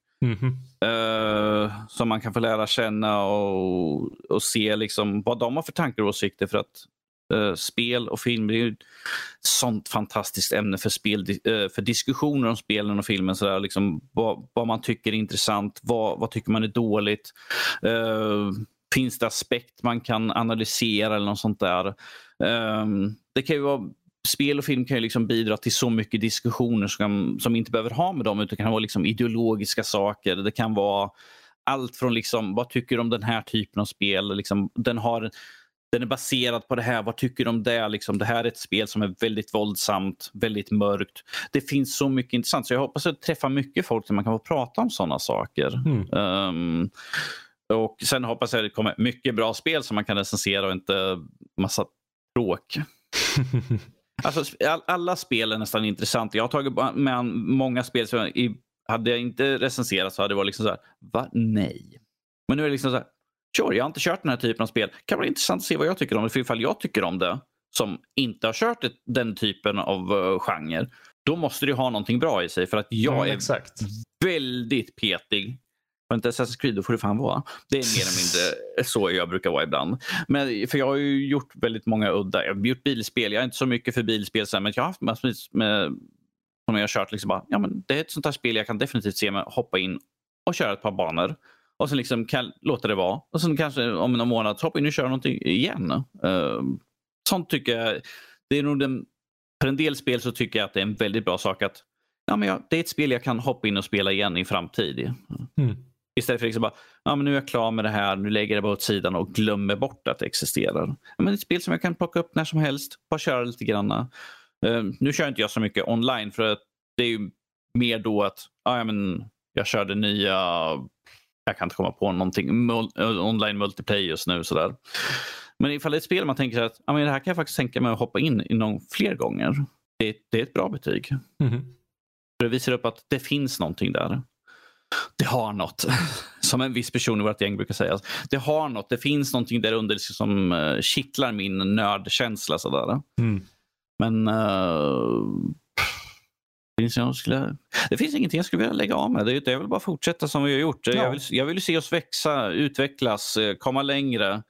B: Som man kan få lära känna och se liksom vad de har för tankar och åsikter. För att spel och film, det är ju ett sånt fantastiskt ämne för diskussioner om spelen och filmen. Så där, liksom, vad man tycker är intressant, vad tycker man är dåligt. Finns det aspekt man kan analysera eller något sånt där. Det kan ju vara, spel och film kan ju liksom bidra till så mycket diskussioner som inte behöver ha med dem, utan det kan vara liksom ideologiska saker. Det kan vara allt från liksom, vad tycker du om den här typen av spel? Liksom, den är baserad på det här. Vad tycker du om det? Liksom, det här är ett spel som är väldigt våldsamt, väldigt mörkt. Det finns så mycket intressant. Så jag hoppas att träffa mycket folk som man kan få prata om sådana saker. Och sen hoppas jag att det kommer mycket bra spel som man kan recensera och inte massa tråk. Alltså, alla spel är nästan intressant. Jag har tagit med många spel som hade jag inte recenserat så hade det varit liksom så här, va? Nej. Men nu är det liksom så här, sure, jag har inte kört den här typen av spel. Det kan vara intressant att se vad jag tycker om det. För ifall jag tycker om det som inte har kört den typen av genre, då måste det ha någonting bra i sig. För att jag är väldigt petig. För inte Assassin's Creed, då får det fan vara. Det är mer eller mindre så jag brukar vara ibland. Men, för jag har ju gjort väldigt många udda. Jag har gjort bilspel. Jag är inte så mycket för bilspel sen, men jag har haft massvis med som jag har kört liksom bara, ja men det är ett sånt här spel jag kan definitivt se mig hoppa in och köra ett par banor. Och sen liksom kan låta det vara. Och sen kanske om någon månad hoppa in och köra någonting igen. Sånt tycker jag, det är nog för en del spel så tycker jag att det är en väldigt bra sak att det är ett spel jag kan hoppa in och spela igen i framtid. Istället för liksom bara, men nu är jag klar med det här, nu lägger jag bara åt sidan och glömmer bort att det existerar. Men ett spel som jag kan plocka upp när som helst, bara köra lite grann. Nu kör inte jag så mycket online för att det är ju mer då att jag körde nya, jag kan inte komma på någonting online multiplayer just nu sådär. Men ifall det är ett spel man tänker att det här kan jag faktiskt tänka mig att hoppa in i någon fler gånger. Det är ett bra betyg. För det visar upp att det finns någonting där. Det har något. Som en viss person i vårt gäng brukar säga. Det har något. Det finns någonting där under som kittlar min nördkänsla sådär. Men det finns ingenting jag skulle vilja lägga av med. Jag vill bara fortsätta som vi har gjort. Ja. Jag vill se oss växa, utvecklas, komma längre.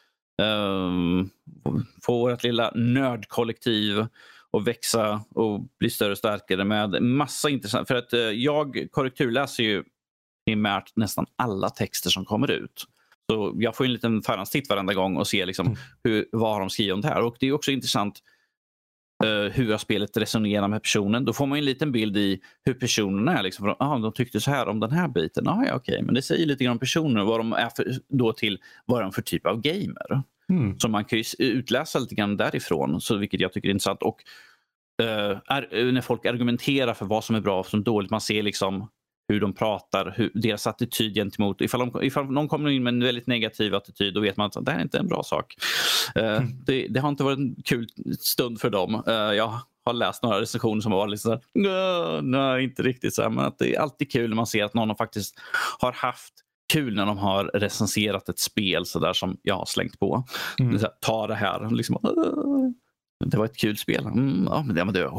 B: Få vårt lilla nördkollektiv och växa och bli större och starkare med massa intressant. För att jag korrekturläser ju primärt nästan alla texter som kommer ut. Så jag får en liten förhandstitt varenda gång och ser liksom vad har de skrivit om det här. Och det är också intressant hur har spelet resonerar med personen. Då får man en liten bild i hur personerna är. Liksom, de tyckte så här om den här biten. Okej. Men det säger lite grann om personen. Vad de är vad de för typ av gamer. Så man kan ju utläsa lite grann därifrån. Så, vilket jag tycker är intressant. Och när folk argumenterar för vad som är bra och som är dåligt. Man ser liksom hur de pratar, deras attityd gentemot. Ifall någon kommer in med en väldigt negativ attityd, då vet man att det här är inte en bra sak. Det har inte varit en kul stund för dem. Jag har läst några recensioner som var lite så här, nej, inte riktigt så här, men att det är alltid kul när man ser att någon faktiskt har haft kul när de har recenserat ett spel så där som jag har slängt på. Det så här, ta det här liksom, det var ett kul spel. Men det var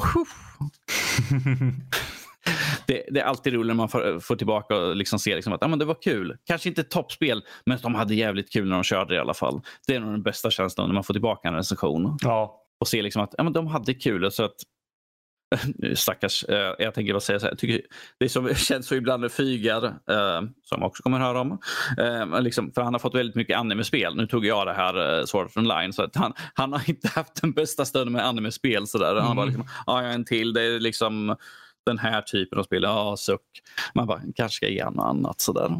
B: det är alltid roligt när man får tillbaka och liksom ser liksom att det var kul. Kanske inte ett toppspel, men de hade jävligt kul när de körde i alla fall. Det är nog den bästa känslan när man får tillbaka en recension.
A: Ja.
B: Och se liksom att de hade kul. Så att stackars, jag tänker bara säga så här, jag tycker det som känns så ibland med Fygar som också kommer höra om liksom, för han har fått väldigt mycket anime-spel. Nu tog jag det här Sword Art Online, så att han har inte haft den bästa stunden med anime-spel sådär. Han var liksom, jag en till, det är liksom den här typen av spel, suck. Man bara, kanske ska ge något annat sådär.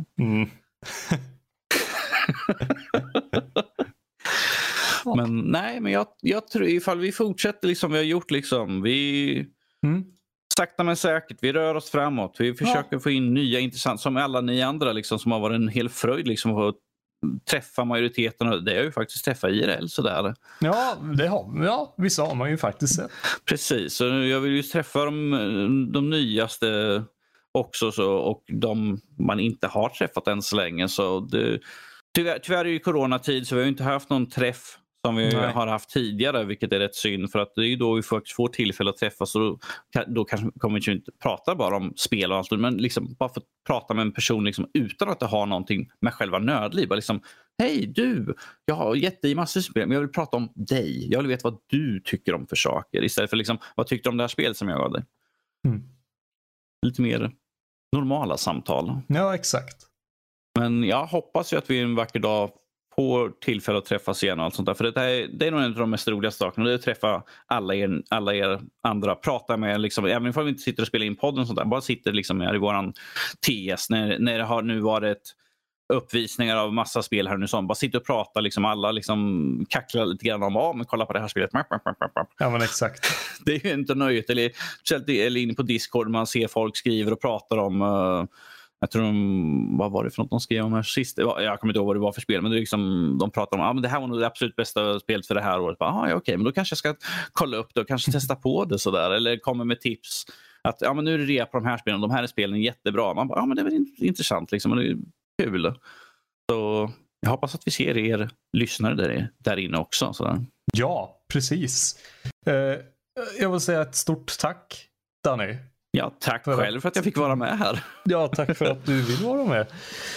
B: Men nej, men jag tror ifall vi fortsätter liksom vi har gjort liksom, vi sakta men säkert, vi rör oss framåt. Vi försöker få in nya intressant, som alla ni andra liksom, som har varit en hel fröjd liksom att träffa majoriteten. Det har ju faktiskt träffat IRL sådär.
A: Ja, vissa har man ju faktiskt sett.
B: Precis, så jag vill ju träffa de nyaste också så, och de man inte har träffat än så länge. Så tyvärr är det ju coronatid, så vi har ju inte haft någon träff som vi har haft tidigare, vilket är rätt synd, för att det är ju då vi får tillfälle att träffas, och då kanske kommer vi inte prata bara om spel och allt, men liksom bara få prata med en person liksom, utan att det har någonting med själva nördliv. Bara liksom, hej du, jag har gett dig massor av spel, men jag vill prata om dig. Jag vill veta vad du tycker om för saker, istället för liksom, vad tyckte du om det här spelet som jag gav dig? Lite mer normala samtal.
A: Ja, exakt.
B: Men jag hoppas ju att vi en vacker dag får tillfälle att träffas igen och allt sånt där. För det är nog en av de mest roligaste sakerna. Det är att träffa alla er andra. Prata med, liksom, även om vi inte sitter och spelar in podden och sånt där. Bara sitter liksom i våran TS. När det har nu varit uppvisningar av massa spel här nu. Bara sitter och prata. Liksom, alla liksom kacklar lite grann om men kolla på det här spelet.
A: Ja, men exakt.
B: Det är ju inte nöjet. Eller inne på Discord man ser folk skriver och pratar om... Jag tror vad var det för något de skrev om här sist? Jag kommer inte ihåg vad det var för spel, men det är liksom, de pratar om men det här var nog det absolut bästa spelet för det här året. Okej, men då kanske jag ska kolla upp det och kanske testa på det sådär, eller komma med tips att men nu är det rea på de här spelen, de här spelen är jättebra. Man bara, men det är väl intressant liksom, och det är kul. Så jag hoppas att vi ser er lyssnare där inne också sådär.
A: Ja, precis. Jag vill säga ett stort tack, Danny.
B: Ja, tack själv för att jag fick vara med här.
A: Ja, tack för att du vill vara med.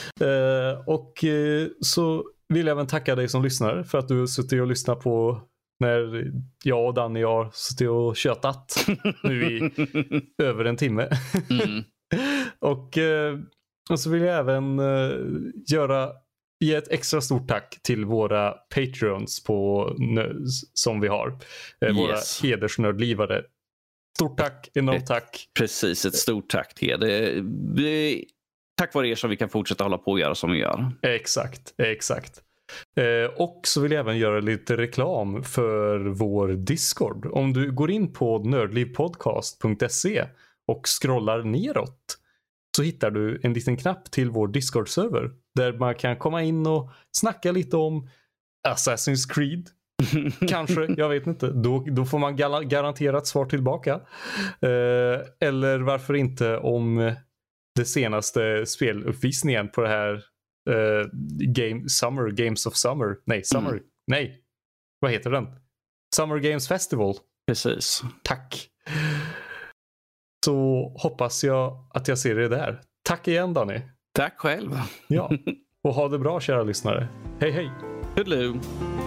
A: Och så vill jag även tacka dig som lyssnar för att du har suttit och lyssnat på när jag och Danny har suttit och tjötat nu i över en timme. Och så vill jag även göra ge ett extra stort tack till våra Patreons som vi har. Våra hedersnördlivare. Stort tack, enormt tack.
B: Precis, ett stort tack till er. Tack vare er som vi kan fortsätta hålla på och göra som vi gör.
A: Exakt. Och så vill jag även göra lite reklam för vår Discord. Om du går in på nördlivpodcast.se och scrollar neråt så hittar du en liten knapp till vår Discord-server där man kan komma in och snacka lite om Assassin's Creed. Kanske, jag vet inte. Då får man garanterat svar tillbaka. Eller varför inte om det senaste speluppvisningen på det här Games of Summer. Nej, vad heter den? Summer Games Festival.
B: Precis.
A: Tack. Så hoppas jag att jag ser er där. Tack igen, Danny.
B: Tack själv.
A: Ja, och ha det bra, kära lyssnare. Hej.
B: Toodaloo.